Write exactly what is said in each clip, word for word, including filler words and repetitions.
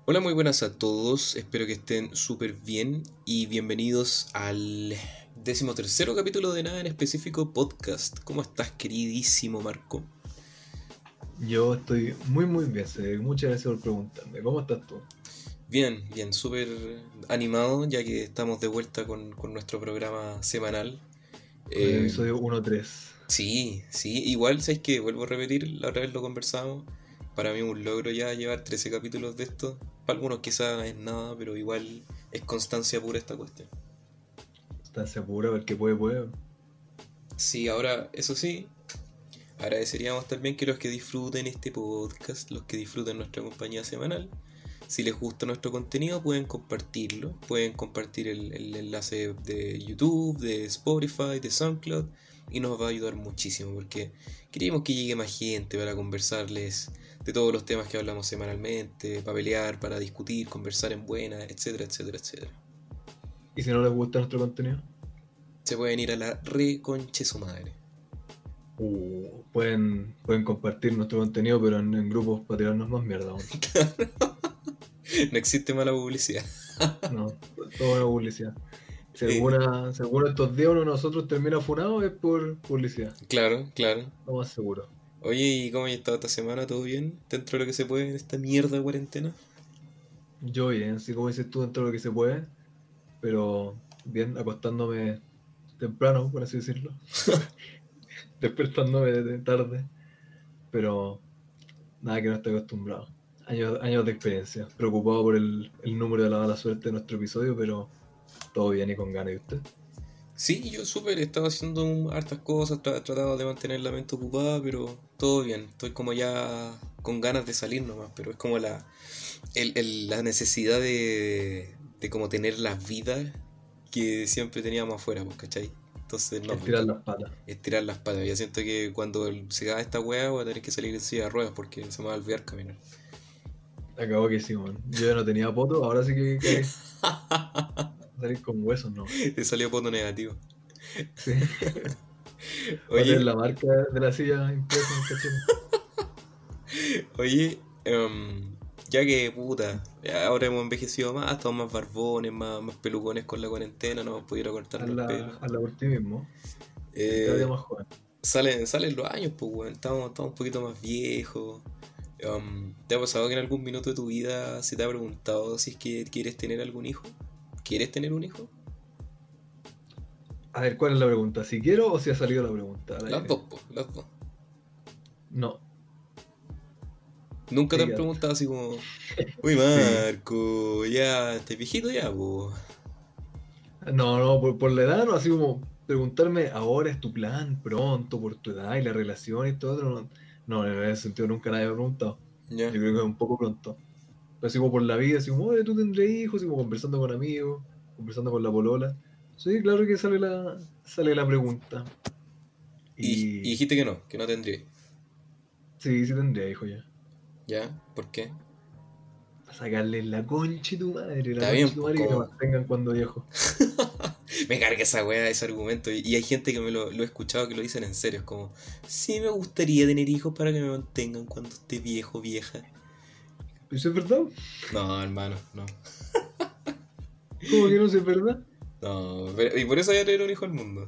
Hola, muy buenas a todos, espero que estén súper bien y bienvenidos al decimotercero capítulo de Nada en Específico Podcast. ¿Cómo estás, queridísimo Marco? Yo estoy muy muy bien, Cedric. Muchas gracias por preguntarme. ¿Cómo estás tú? Bien, bien, súper animado ya que estamos de vuelta con, con nuestro programa semanal. Con el Eh, episodio uno tres. sí, sí, igual, ¿sabes qué? Vuelvo a repetir, la otra vez lo conversamos. Para mí es un logro ya llevar trece capítulos de esto. Para algunos quizás es nada, pero igual es constancia pura esta cuestión. ¿Estás seguro? Porque puede, puede. Sí, ahora, eso sí, agradeceríamos también que los que disfruten este podcast, los que disfruten nuestra compañía semanal, si les gusta nuestro contenido pueden compartirlo, pueden compartir el, el enlace de YouTube, de Spotify, de SoundCloud y nos va a ayudar muchísimo porque queremos que llegue más gente para conversarles de todos los temas que hablamos semanalmente, para pelear, para discutir, conversar en buena, etcétera, etcétera, etcétera. ¿Y si no les gusta nuestro contenido? Se pueden ir a la reconche su madre. Uh, pueden, pueden compartir nuestro contenido, pero en, en grupos para tirarnos más mierda aún. No existe mala publicidad. No, todo una publicidad. Si Eh, alguna, si alguno de estos días uno de nosotros termina funado es por publicidad. claro, claro. Lo más seguro. Oye, ¿y cómo has estado esta semana? ¿Todo bien? ¿Dentro de lo que se puede en esta mierda de cuarentena? Yo bien, así como dices tú, dentro de lo que se puede, pero bien, acostándome temprano, por así decirlo. Despertándome de tarde, pero nada que no esté acostumbrado. Años, años de experiencia. Preocupado por el, el número de la mala suerte de nuestro episodio, pero todo bien y con ganas. ¿Y usted? Sí, yo súper, he estado haciendo un- hartas cosas, tra- he tratado de mantener la mente ocupada, pero todo bien. Estoy como ya con ganas de salir nomás, pero es como la, el, el- la necesidad de, de como tener la vida que siempre teníamos afuera, pues, ¿cachai? Entonces, no, pues, Estirar las patas. estirar las patas. Ya siento que cuando se acabe esta weá voy a tener que salir en silla de ruedas porque se me va a olvidar caminar. Acabó que sí, man. Yo ya no tenía poto, ahora sí que, que salir con huesos, no. Te salió punto negativo. Sí. Va a tener Oye, la marca de la silla impresa en el cachete. oye, em, ya que puta, ya ahora hemos envejecido más, estamos más barbones, más, más pelucones con la cuarentena, no hemos podido cortarnos el Hazla, pelo. hazla por ti mismo. Estoy cada día Eh, más joven. salen, salen los años, pues, weón, estamos, estamos un poquito más viejos. Em, ¿te ha pasado que en algún minuto de tu vida se te ha preguntado si es que quieres tener algún hijo? ¿Quieres tener un hijo? A ver, ¿cuál es la pregunta? ¿Si quiero o si ha salido la pregunta al Las aire? dos, pues, las dos. No. Nunca te Sí, han ya. preguntado así como, uy, Sí. Marco, ya, estás viejito ya, pues. No, no, por, por la edad, no, así como preguntarme ahora es tu plan, pronto, por tu edad y la relación y todo otro. No, no, en ese sentido nunca nadie me ha preguntado. Ya. Yo creo que es un poco pronto. Pero así como por la vida, así como, oye, tú tendrás hijos, así como conversando con amigos, conversando con la polola. Sí, claro que sale la, sale la pregunta. Y, y Y dijiste que no, que no tendría. sí, sí tendría hijos ya. ¿Ya? ¿Por qué? Para sacarle la concha de tu madre, la Está concha bien, de tu pues madre y que me como... mantengan cuando viejo. Me carga esa weá, ese argumento. Y, y hay gente que me lo, lo he escuchado que lo dicen en serio. Es como, sí me gustaría tener hijos para que me mantengan cuando esté viejo, vieja. ¿Eso es verdad? No, hermano, no. ¿Cómo que no sé, es verdad? No, pero- y por eso voy a traer un hijo al mundo.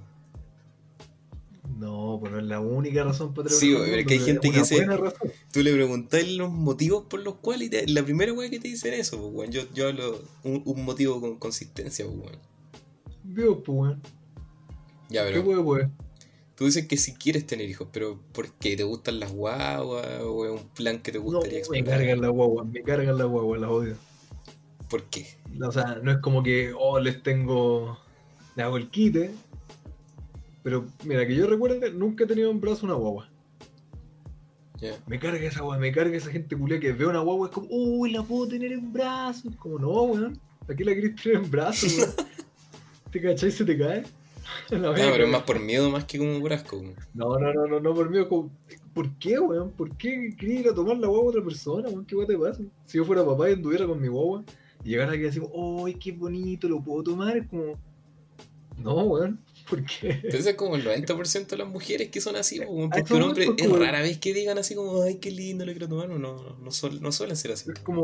No, pues no es la única razón para traer un Sí, hijo al pero es que mundo, hay pero es gente que una dice, buena razón. tú le preguntás los motivos por los cuales y te- la primera weá que te dicen eso, pues, weón. Yo, yo hablo un, un motivo con consistencia, pues, weón. Dios, pues, weón. Ya, ¿Qué pero puede, pues? tú dices que si quieres tener hijos, pero ¿por qué? ¿Te gustan las guaguas o es un plan que te No, gustaría me explorar? cargan la guagua, me cargan la guagua, las odio. ¿Por qué? O sea, no es como que, oh, les tengo, le hago el quite, pero mira, que yo recuerde, nunca he tenido en brazo una guagua. Ya. Me carga esa guagua, me carga esa gente culia que ve una guagua, es como, uy, la puedo tener en brazos. Como, no, weón, ¿para qué la querés tener en brazos, weón? ¿Te cachai? Se te cae. La Ah, vaya a pero es más cagar. por miedo más que como por asco, weón. No, no, no, no, no, por mí, como, ¿por qué, weón? ¿Por qué quería ir a tomar la guagua a otra persona, weón? ¿Qué weón te pasa? Si yo fuera papá y anduviera con mi guagua, y llegara aquí así, ¡ay, qué bonito, lo puedo tomar! Es como, no, weón, ¿por qué? Entonces es como el noventa por ciento de las mujeres que son así, pues, weón, A porque eso un voy, hombre pues, es como, rara vez que digan así como, ay, qué lindo, le quiero tomar, no, no, no, suel- no suelen ser así, es pues, como, weón.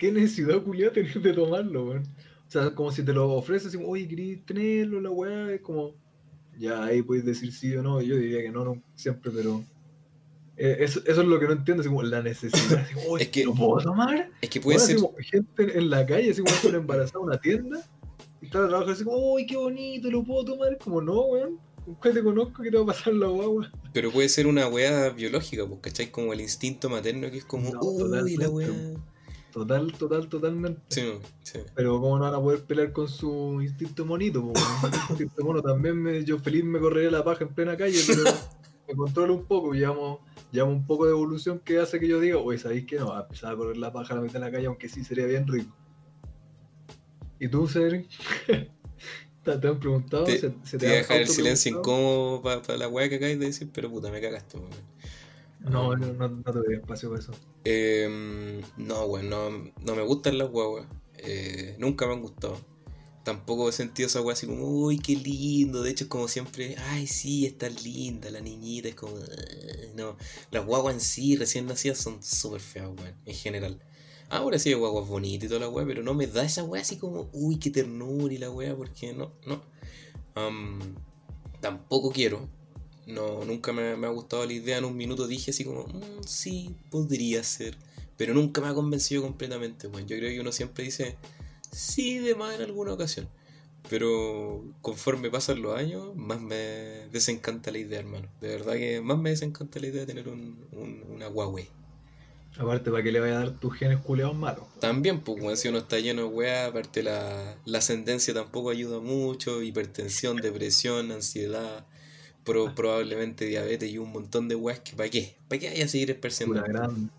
¿qué necesidad culiada tenés de tomarlo, weón? O sea, como si te lo ofreces, así, oye, ¿querés tenerlo, la weá? Es como, ya ahí puedes decir sí o no. Yo diría que no, no siempre, pero eh, eso, eso es lo que no entiendo, así como la necesidad. Así como, Es oye, ¿lo que, puedo tomar? es que puede Bueno, así ser. como gente en la calle, así como entra una embarazada a una tienda y está trabajando así como, uy, qué bonito, ¿lo puedo tomar? Como, no, weón, ¿con qué te conozco que te va a pasar la guagua? Pero puede ser una weá biológica, pues, ¿cachai? Como el instinto materno que es como, No, uy, la totalmente. weá. Total, total, totalmente. Sí, sí. Pero cómo no van a poder pelear con su instinto monito, po, weón. Mi instinto mono también me, yo feliz me correría la paja en plena calle, pero me controlo un poco, llevamos, llevamos un poco de evolución que hace que yo diga, oye, ¿sabéis que no? Va a empezar a correr la paja a la mitad de la calle, aunque sí sería bien rico. ¿Y tú, Cedric? ¿Te, te han preguntado? Te, ¿Se, se te te voy a han dejar el silencio autopreguntado? incómodo para pa la weá que acabas de decir, pero puta, me cagaste, weón. No, no, Um, no, no te doy espacio para eso. eh, no, weón, no, no me gustan las guaguas. Eh, nunca me han gustado. Tampoco he sentido esa weá así como, uy, qué lindo. De hecho, es como siempre, ay, sí, está linda la niñita. Es como, "Ugh". No, las guaguas en sí, recién nacidas, son súper feas, weón, en general. Ahora sí hay guaguas bonitas y toda la weá, pero no me da esa weá así como, uy, qué ternura y la weá, porque no, no. Am, tampoco quiero. No, nunca me, me ha gustado la idea. En un minuto dije así como, "Mm, sí, podría ser. Pero nunca me ha convencido completamente, weón. Yo creo que uno siempre dice, sí, de más en alguna ocasión. Pero conforme pasan los años, más me desencanta la idea, hermano. De verdad que más me desencanta la idea de tener un, un- una Huawei. Aparte, ¿para qué le vaya a dar tus genes culeados malos? También, pues, weón, si uno está lleno de weá, aparte la, la ascendencia tampoco ayuda mucho, hipertensión, depresión, ansiedad, pro- probablemente diabetes y un montón de weas que ¿para qué? ¿Para qué vaya a seguir esparciendo Pura esto? grande.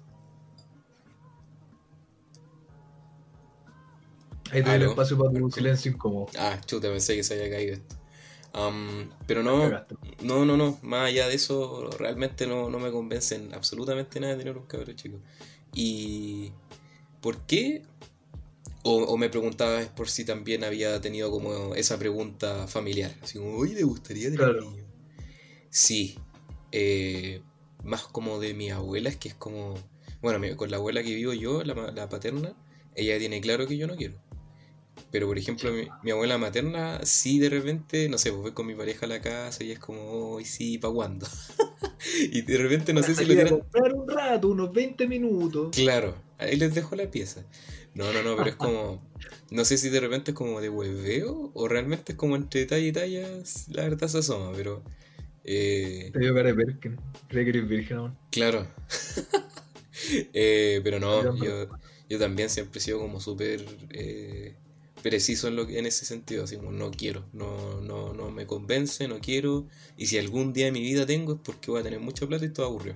Ahí te doy el ¿Aló? espacio para tu ¿Marco? silencio incómodo. Ah, chuta, pensé que se había caído esto. Am, pero La no, cagaste. no, no, no, más allá de eso, realmente no, no me convencen absolutamente nada de tener un cabro chico. ¿Y por qué? O, o me preguntaba es por si también había tenido como esa pregunta familiar, así como, oye, ¿te gustaría tener un Claro. niño? Sí, eh, más como de mi abuela, es que es como, bueno, mi- con la abuela que vivo yo, la, ma- la paterna, ella tiene claro que yo no quiero. Pero por ejemplo, mi, mi abuela materna, sí de repente, no sé, pues voy con mi pareja a la casa y es como, hoy sí, ¿pa' cuándo? Y de repente no Para sé si lo salir a tiran. comprar un rato, unos veinte minutos. Claro, ahí les dejo la pieza. No, no, no, pero es como. No sé si de repente es como de hueveo o realmente es como entre talla y tallas, la verdad se asoma, pero. Eh, Te dio cara de Perkin. Creí que eres virgen aún. claro. Eh, pero Yo no, en verdad. yo, yo también siempre he sido como súper eh, preciso en, lo que, en ese sentido, así como no quiero, no, no, no me convence, no quiero, y si algún día de mi vida tengo es porque voy a tener mucha plata y todo aburrido.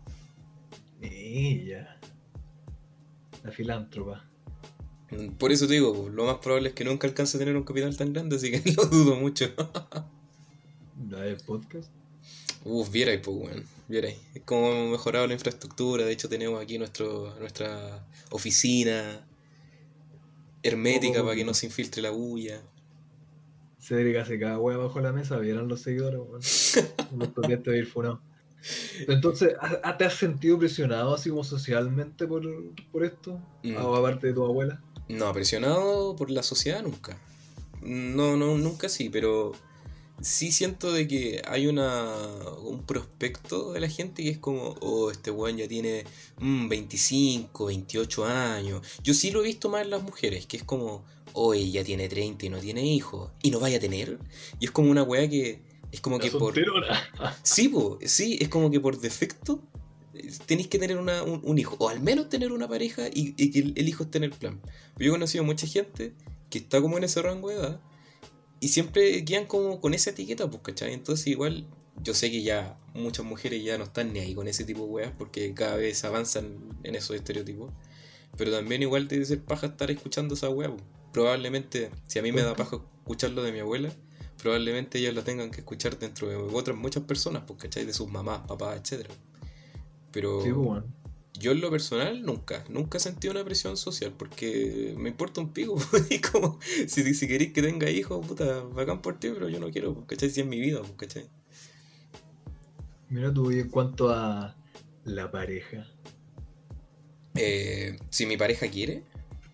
Ella. La filántropa. Mm, Por eso te digo, lo más probable es que nunca alcance a tener un capital tan grande, así que lo dudo mucho. La del podcast. Uf, vierais, pues, weón, vierais. Es como hemos mejorado la infraestructura, de hecho tenemos aquí nuestro, nuestra oficina Poco a hermética para que no poquito. se infiltre la bulla. Cedric hace cada hueá bajo la mesa. ¿Vieron los seguidores, weón? Los días te voy a ir funado. Entonces, ¿ha- ¿te has sentido presionado así como socialmente por, por esto? Mm, O aparte de tu abuela. No, presionado por la sociedad nunca. No, no, nunca sí, pero sí siento de que hay una un prospecto de la gente que es como, oh, este weón ya tiene mm, veinticinco, veintiocho años. Yo sí lo he visto más en las mujeres, que es como, oh, ella tiene treinta y no tiene hijos, y no vaya a tener. Y es como una weá que es como La que por... solterona. Sí, po, sí, es como que por defecto eh, tenéis que tener una- un, un hijo, o al menos tener una pareja y, y que el, el hijo esté en el plan. Yo he conocido mucha gente que está como en ese rango de edad y siempre quedan como con esa etiqueta, pues, ¿cachai? Entonces igual yo sé que ya muchas mujeres ya no están ni ahí con ese tipo de weas porque cada vez avanzan en esos estereotipos. Pero también igual debe ser paja estar escuchando esa wea, pues. Probablemente, si a mí me da Podcast. paja escucharlo de mi abuela, probablemente ellas lo tengan que escuchar dentro de otras muchas personas, pues, ¿cachai? De sus mamás, papás, etcétera. Sí, pues, Pero bueno. yo en lo personal nunca, nunca sentí una presión social porque me importa un pico. Pues, y como, si, si queréis que tenga hijos, puta, bacán por ti, pero yo no quiero, pues, ¿cachai? Si es mi vida, pues, ¿cachai? Mira tú, y en cuanto a la pareja. Eh, si mi pareja quiere,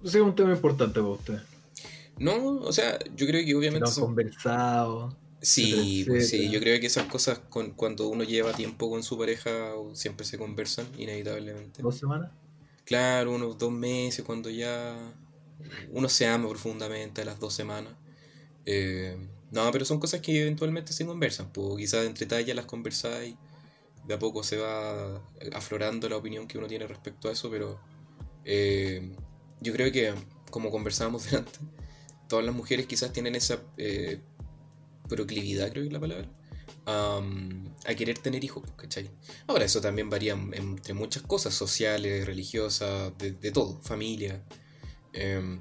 ese es un tema importante para usted. No, o sea, yo creo que Si lo obviamente han son... conversado, etcétera, Sí, pues sí, yo etcétera. creo que esas cosas con, cuando uno lleva tiempo con su pareja siempre se conversan, inevitablemente. ¿Dos semanas? Claro, unos dos meses, cuando ya uno se ama profundamente a las dos semanas. Eh, no, pero son cosas que eventualmente se conversan, pues quizás entre tallas las conversáis, de a poco se va aflorando la opinión que uno tiene respecto a eso, pero eh, yo creo que, como conversábamos delante, todas las mujeres quizás tienen esa eh, proclividad, creo que es la palabra, am, a querer tener hijos, pues, ¿cachai? Ahora, eso también varía entre muchas cosas, sociales, religiosas, de, de todo, familia. em,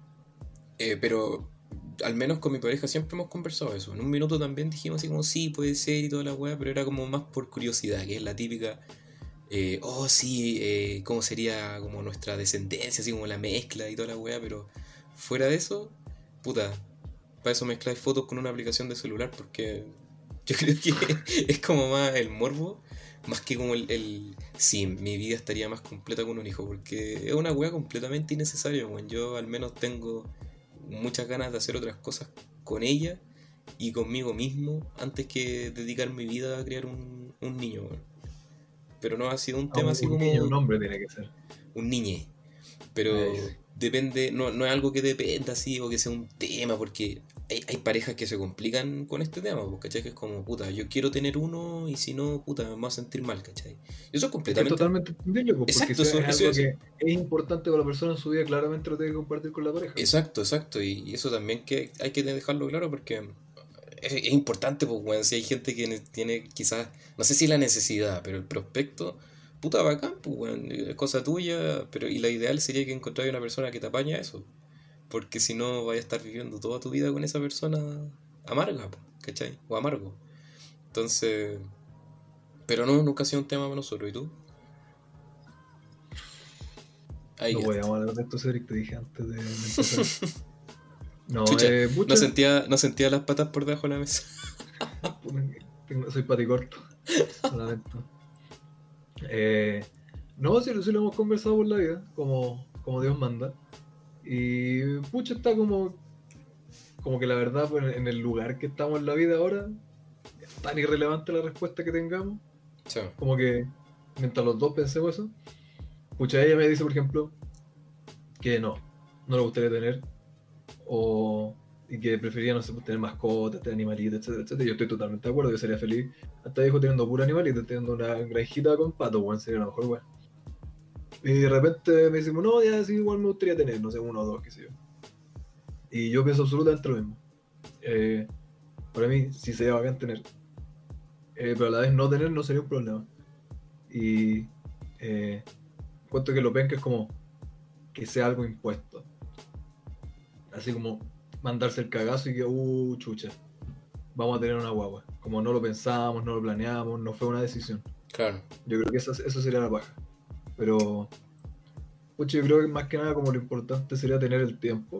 eh, pero al menos con mi pareja siempre hemos conversado eso. En un minuto también dijimos así como sí, puede ser y toda la weá, pero era como más por curiosidad, que es la típica, eh, oh sí, eh, cómo sería como nuestra descendencia, así como la mezcla y toda la weá, pero fuera de eso, puta, para eso mezcláis fotos con una aplicación de celular, porque yo creo que es como más el morbo, más que como el, el sí, mi vida estaría más completa con un hijo, porque es una weá completamente innecesaria, weón. Yo al menos tengo muchas ganas de hacer otras cosas con ella y conmigo mismo antes que dedicar mi vida a criar un, un niño, weón. Pero no ha sido un A tema un, así un niño, como un hombre tiene que ser. un niñe. Ay, Pero sí. depende, no, no es algo que dependa así o que sea un tema, porque hay, hay parejas que se complican con este tema, pues, ¿cachai? Que es como, puta, yo quiero tener uno y si no, puta, me voy a sentir mal, ¿cachai? Y eso es Es que es completamente... totalmente entendible, pues, porque Exacto, si es eso, eso iba a algo decir. que es importante para la persona en su vida, claramente lo tiene que compartir con la pareja. Exacto, exacto, y, y eso también que hay que dejarlo claro porque es, es importante, pues, weón, si hay gente que ne- tiene quizás, no sé si la necesidad, pero el prospecto, puta bacán, pues, weón, es cosa tuya, pero y la ideal sería que encontráis una persona que te apaña eso. Porque si no, vaya a estar viviendo toda tu vida con esa persona amarga, po, ¿cachai? O amargo. Entonces, pero no, nunca ha sido un tema para nosotros. ¿Y tú? Ahí No quedaste. podíamos hablar de esto, Cedric, te dije antes de, de empezar. No, Chucha, eh, no pucha, sentía, no sentía las patas por debajo de la mesa. tengo- soy paticorto, lo lamento. Eh, no, sí, sí lo hemos conversado por la vida, como, como Dios manda. Y pucha, está como, como que la verdad, pues, en el lugar que estamos en la vida ahora, es tan irrelevante la respuesta que tengamos, Chao. como que mientras los dos pensemos eso, pucha, ella me dice, por ejemplo, que no, no le gustaría tener, o y que prefería, no sé, pues, tener mascotas, tener animalitos, etcétera, etcétera. Yo estoy totalmente de acuerdo, yo sería feliz hasta dijo teniendo pura animalito, teniendo una granjita con pato, weón, sería lo mejor, weón. Y de repente me decimos, no, ya sí, igual me gustaría tener, no sé, uno o dos, qué sé yo. Y yo pienso absolutamente lo mismo. Eh, para mí, sí sería bacán tener, eh, pero a la vez no tener no sería un problema. Y eh, cuento que lo penca es como que sea algo impuesto. Así como mandarse el cagazo y que, uh, chucha, vamos a tener una guagua. Como no lo pensamos, no lo planeamos, no fue una decisión. Claro. Yo creo que eso, eso sería la paja. Pero, pucha, yo creo que más que nada como lo importante sería tener el tiempo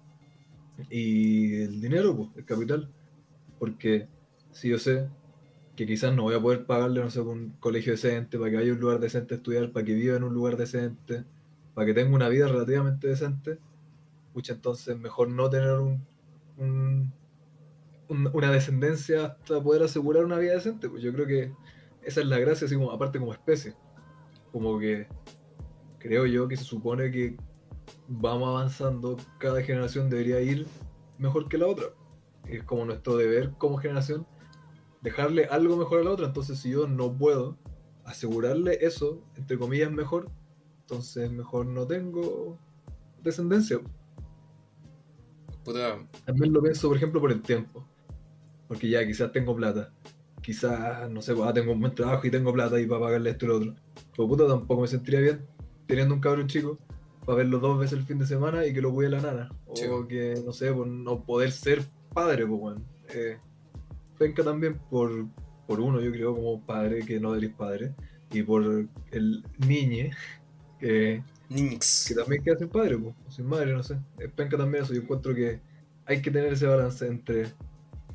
y el dinero, pues, el capital. Porque si yo sé que quizás no voy a poder pagarle, no sé, un colegio decente, para que haya un lugar decente a estudiar, para que viva en un lugar decente, para que tenga una vida relativamente decente, pucha, entonces mejor no tener un, un- un- una descendencia hasta poder asegurar una vida decente. Pues yo creo que esa es la gracia, así como aparte como especie. Como que creo yo que se supone que vamos avanzando, cada generación debería ir mejor que la otra. Es como nuestro deber como generación dejarle algo mejor a la otra. Entonces, si yo no puedo asegurarle eso, entre comillas, mejor, entonces mejor no tengo descendencia. Puta, También lo pienso, por ejemplo, por el tiempo. Porque ya quizás tengo plata. Quizás, no sé, pues, ah, tengo un buen trabajo y tengo plata y para pagarle esto y lo otro. Pero puta, tampoco me sentiría bien teniendo un cabrón chico para verlo dos veces el fin de semana y que lo cuide la nana. chico. O que, no sé, por no poder ser padre, pues, bueno. Eh, penca también por, por uno, yo creo, como padre, que no eres padre. Y por el niñe, que, que Nix. también queda sin padre, pues, o sin madre, no sé. Es penca también eso. Yo encuentro que hay que tener ese balance entre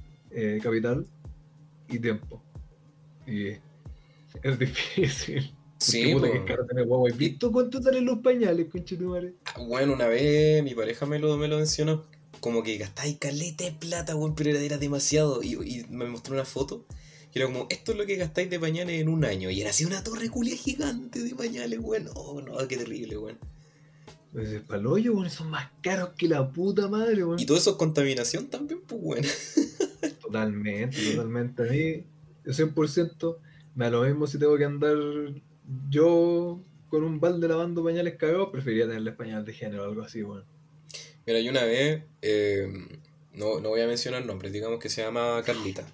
eh, capital y tiempo. Y es difícil. Porque Sí, puta que es pues. caro tener guagua. ¿Has visto cuánto salen los pañales, conchetumare? Bueno, una vez mi pareja me lo, me lo mencionó. Como que gastáis caleta de plata, weón, pero era, era demasiado. Y, y me mostró una foto. Y era como, esto es lo que gastáis de pañales en un año. Y era así una torre culia gigante de pañales, weón. Oh, no, qué terrible, weón. Pues es paloyo, weón, son más caros que la puta madre, Y weón. todo eso es contaminación también, pues, weón. Totalmente, totalmente. A mí, yo cien por ciento me da lo mismo si tengo que andar yo con un balde lavando pañales cagados, preferiría tenerles pañales de género o algo así, weón. Mira, yo una vez, eh, no, no voy a mencionar nombres, digamos que se llama Carlita.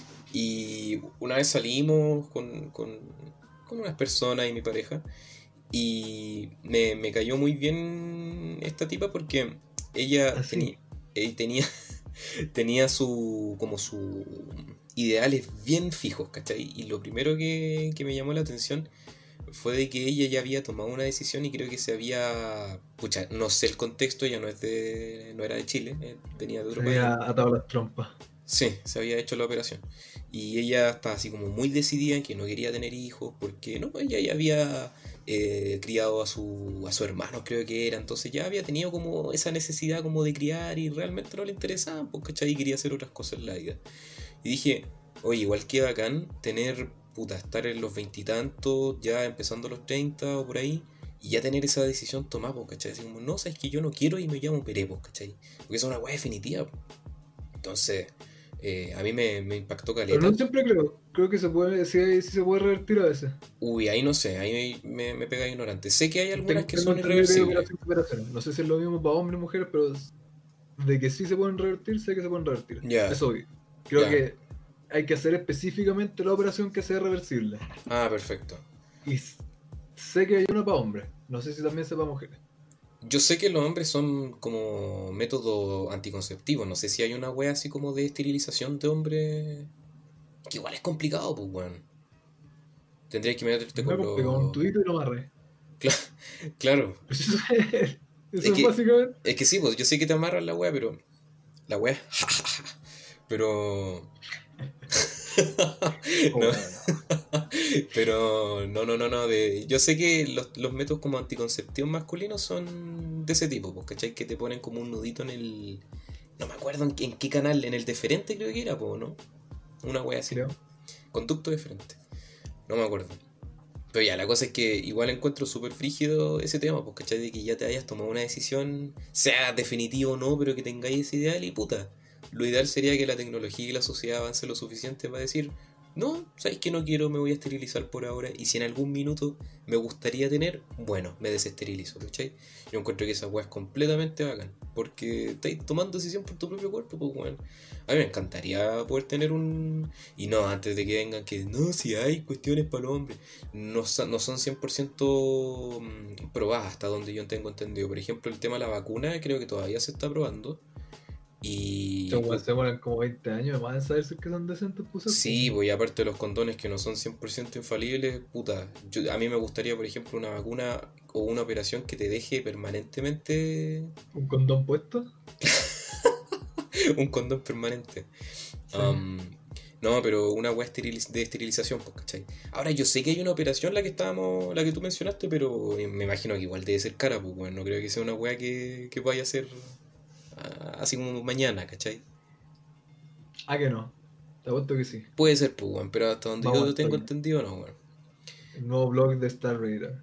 Y una vez salimos con, con, con unas personas y mi pareja. Y me, me cayó muy bien esta tipa porque ella Así. tenía, tenía, tenía su, como su ideales bien fijos, ¿cachai? Y lo primero que, que me llamó la atención fue de que ella ya había tomado una decisión y creo que se había, pucha, no sé el contexto, ella no es de, no era de Chile, eh, venía de Se otro país. había atado las trompas. Sí, se había hecho la operación. Y ella estaba así como muy decidida en que no quería tener hijos, porque no, ella ya había eh, criado a su, a su hermano, creo que era, entonces ya había tenido como esa necesidad como de criar y realmente no le interesaba, porque ¿cachai? Y quería hacer otras cosas en la vida. Y dije, oye, igual que bacán tener, puta, estar en los veintitantos, ya empezando los treinta o por ahí, y ya tener esa decisión tomada, pues, ¿cachai? Así como, no, sabes que yo no quiero y me llamo Pere, pues, ¿cachai? Porque es una weá definitiva. Entonces, eh, a mí me, me impactó Pero no caleta. siempre creo. Creo que se puede, sí, sí se puede revertir a veces. Uy, ahí no sé, ahí me, me pega ignorante. Sé que hay algunas Tengo, que tengo son entendido que hay irreversibles. operación de operaciones. No sé si es lo mismo para hombres y mujeres, pero de que sí se pueden revertir, sé que se pueden revertir. Ya, Es obvio. Creo ya. que hay que hacer específicamente la operación que sea reversible. Ah, perfecto. Y s- sé que hay una para hombres. No sé si también sea para mujeres. Yo sé que los hombres son como método anticonceptivo. No sé si hay una wea así como de esterilización de hombre. Que igual es complicado, pues, weón. Tendrías que meterte Me con compré un los. tubito y lo amarré. Cla- Claro. Eso es, Es eso es que, básicamente. es que sí, pues yo sé que te amarran la wea, pero. La wea. Pero. Oh, No, bueno, no. pero no, no, no, no. De, yo sé que los, los métodos como anticonceptivos masculinos son de ese tipo, pues, ¿cachai? Que te ponen como un nudito en el. No me acuerdo en, qué- en qué canal, en el deferente creo que era, pues, ¿no? Una wea así. Creo. Conducto deferente. No me acuerdo. Pero ya, la cosa es que igual encuentro súper frígido ese tema, pues, ¿cachai? De que ya te hayas tomado una decisión, sea definitiva o no, pero que tengáis ese ideal y puta. Lo ideal sería que la tecnología y la sociedad avance lo suficiente para decir, no, sabéis que no quiero, me voy a esterilizar por ahora, y si en algún minuto me gustaría tener, bueno, me desesterilizo, ¿cachai? Yo encuentro que esa weá es completamente bacán, porque estáis tomando decisión por tu propio cuerpo, pues, weón. A mí me encantaría poder tener un... Y no, antes de que vengan que, no, si hay cuestiones para los hombres no, son- no son cien por ciento mm, probadas hasta donde yo tengo entendido. Por ejemplo, el tema de la vacuna creo que todavía se está probando. Y Estos pu- weones se mueren como veinte años más en saber si es que son decentes pues, sí, voy aparte de los condones que no son cien por ciento infalibles, puta. Yo, a mí me gustaría, por ejemplo, una vacuna o una operación que te deje permanentemente un condón puesto. un condón permanente. Sí. Um, no, pero una weá esteriliz- de esterilización, pues, ¿cachai? Ahora, yo sé que hay una operación, la que estábamos, la que tú mencionaste, pero me imagino que igual debe ser cara, pues, bueno, no creo que sea una weá que, que vaya a ser ah, así como mañana, ¿cachai? Ah, que no. Te apuesto que sí. Puede ser, pues, bueno, pero hasta donde Vamos yo al tengo toque. entendido, no, bueno. El nuevo blog de Star Raider.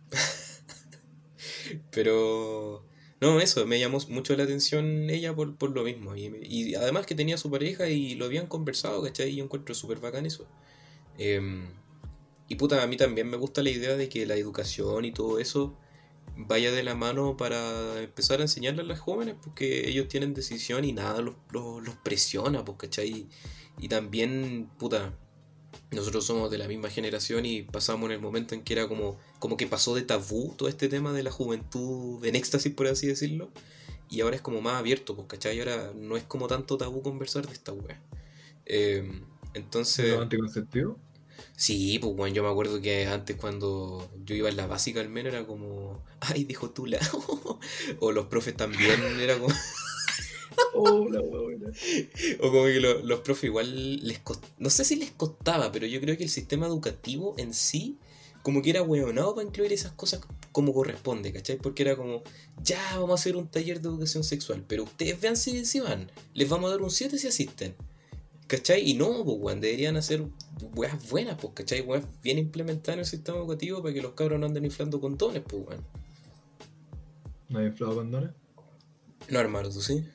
Pero, no, eso, me llamó mucho la atención ella por, por lo mismo. Y, me- y además que tenía su pareja y lo habían conversado, ¿cachai? Y yo encuentro súper bacán eso. Em, Y puta, a mí también me gusta la idea de que la educación y todo eso vaya de la mano para empezar a enseñarle a las jóvenes, porque ellos tienen decisión y nada los, los, los presiona, pues, ¿cachai? Y también, puta, nosotros somos de la misma generación y pasamos en el momento en que era como, como que pasó de tabú todo este tema de la juventud en éxtasis, por así decirlo, y ahora es como más abierto, pues, ¿cachai? Ahora no es como tanto tabú conversar de esta wea. Eh, ¿De los entonces, anticonceptivos? sí, pues bueno, yo me acuerdo que antes cuando yo iba en la básica al menos era como, ay, dijo Tula. O los profes también era como, Oh, la huevona. o como que lo- los profes igual les costaba, no sé si les costaba, pero yo creo que el sistema educativo en sí como que era hueonado para incluir esas cosas como corresponde, ¿cachai? Porque era como, ya vamos a hacer un taller de educación sexual, pero ustedes vean si, si van, les vamos a dar un siete si asisten, ¿cachai? Y no, pues weón, deberían hacer weas buenas, pues, ¿cachai? Weas bien implementadas en el sistema educativo para que los cabros no anden inflando condones, pues weón. ¿No hay inflado condones? No, hermano, tú sí.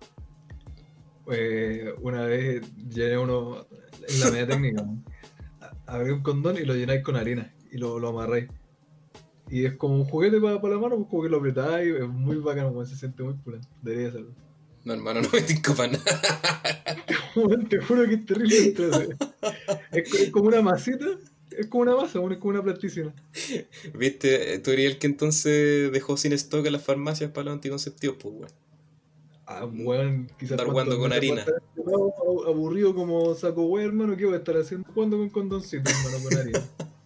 Eh, una vez llené uno en la media técnica, ¿no? Abrí un condón y lo llenáis con harina y lo, lo amarráis. Y es como un juguete para pa la mano, pues como que lo apretáis, es muy bacano, como se siente muy pulento. Debería serlo. No, hermano, no me tinco para nada. Te juro que es terrible. Entonces, es, es como una masita, es como una masa, es como una plasticina. ¿Viste? Tú eres el que entonces dejó sin stock en las farmacias para los anticonceptivos, pues weón. Ah, weón, quizás Andar jugando con harina. Aburrido como saco weón, hermano, ¿qué voy a estar haciendo? Jugando con condoncito, hermano, con harina.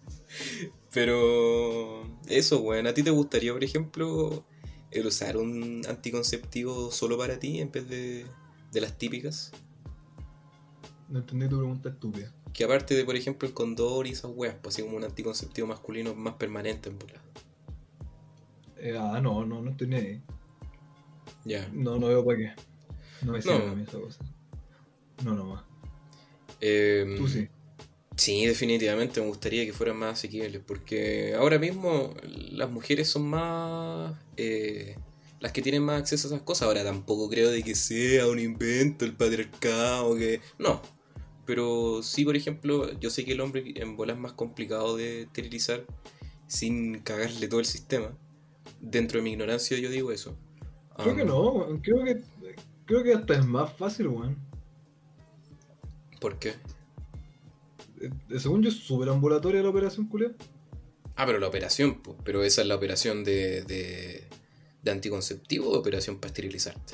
Pero eso, weón, ¿a ti te gustaría, por ejemplo, el usar un anticonceptivo solo para ti en vez de, de las típicas? No entendí tu pregunta estúpida. Que aparte de, por ejemplo, el condón y esas weas, pues así como un anticonceptivo masculino más permanente en bola. Eh, ah, no, no, no estoy ni ahí. Ya. No, no veo para qué. No me sirve No. a mí esa cosa. No, no más. Eh, Tú sí. Sí, definitivamente me gustaría que fueran más asequibles, porque ahora mismo las mujeres son más eh, las que tienen más acceso a esas cosas. Ahora tampoco creo de que sea un invento el patriarcado, que no. Pero sí, por ejemplo, yo sé que el hombre en bola es más complicado de esterilizar sin cagarle todo el sistema. Dentro de mi ignorancia yo digo eso. Creo Um, que no, weón. Creo que, creo que hasta es más fácil, weón. ¿Por qué? Eh, según yo, es súper ambulatoria la operación, culiao. Ah, pero la operación, pues. Pero esa es la operación de, de, de anticonceptivo o operación para esterilizarte.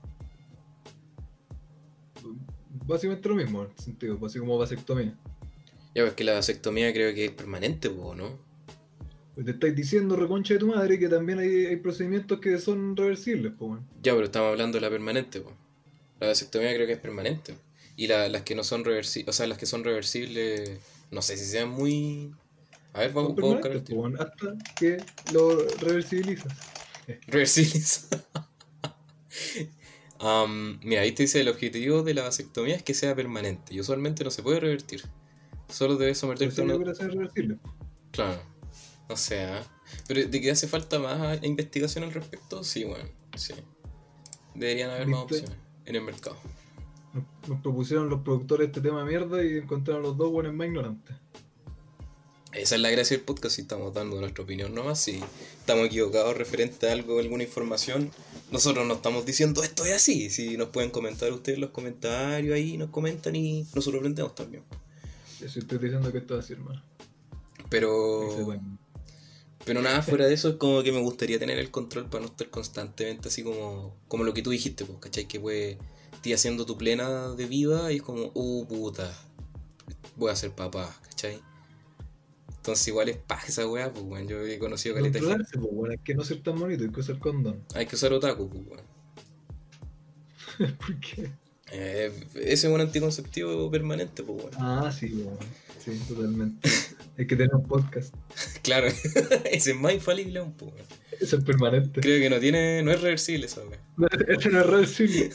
Básicamente lo mismo, en el sentido, pues, así como vasectomía. Ya, pues que la vasectomía creo que es permanente, po, ¿no? Pues te estáis diciendo, reconcha de tu madre, que también hay, hay procedimientos que son reversibles, pues, weón. Ya, pero estamos hablando de la permanente, po. La vasectomía creo que es permanente. Y la- las que no son reversibles, o sea, las que son reversibles, no sé si sean muy... A ver, Son vamos, voy a buscar permanentes, el pues, tiro. weón, hasta que lo reversibilizas. Reversibles. Um, mira, ahí te dice el objetivo de la vasectomía es que sea permanente y usualmente no se puede revertir. Solo debes Por someterte eso a hay una... operaciones reversibles. Claro, o sea... Pero de que hace falta más investigación al respecto, sí, bueno, sí. Deberían haber más ¿Viste? opciones en el mercado. Nos, nos propusieron los productores este tema de mierda y encontraron los dos buenos más ignorantes. Esa es la gracia del podcast, si estamos dando nuestra opinión nomás, si estamos equivocados referente a algo, alguna información, nosotros no estamos diciendo esto es así, si nos pueden comentar ustedes en los comentarios ahí, nos comentan y nosotros aprendemos también. Yo sí estoy diciendo que esto es así, hermano. Pero... Que sepan. Pero nada, fuera de eso es como que me gustaría tener el control para no estar constantemente así como, como lo que tú dijiste, pues, ¿cachai? Que pues estoy haciendo tu plena de vida y es como, uh, puta, voy a ser papá, ¿cachai? Entonces igual es paja esa weá, pues, weón. Yo he conocido caleta de gente. Controlarse, pues, bueno, hay que no ser tan bonito, hay que usar condón. Hay que usar otaku, pues, weón. ¿Por qué? Eh, ese es un anticonceptivo permanente, pues, weón. Ah, sí, bueno. Sí, totalmente. Hay que tener un podcast. Claro, ese es más infalible aún, pues, weón. Eso es permanente. Creo que no tiene, no es reversible esa weá. Este no es reversible.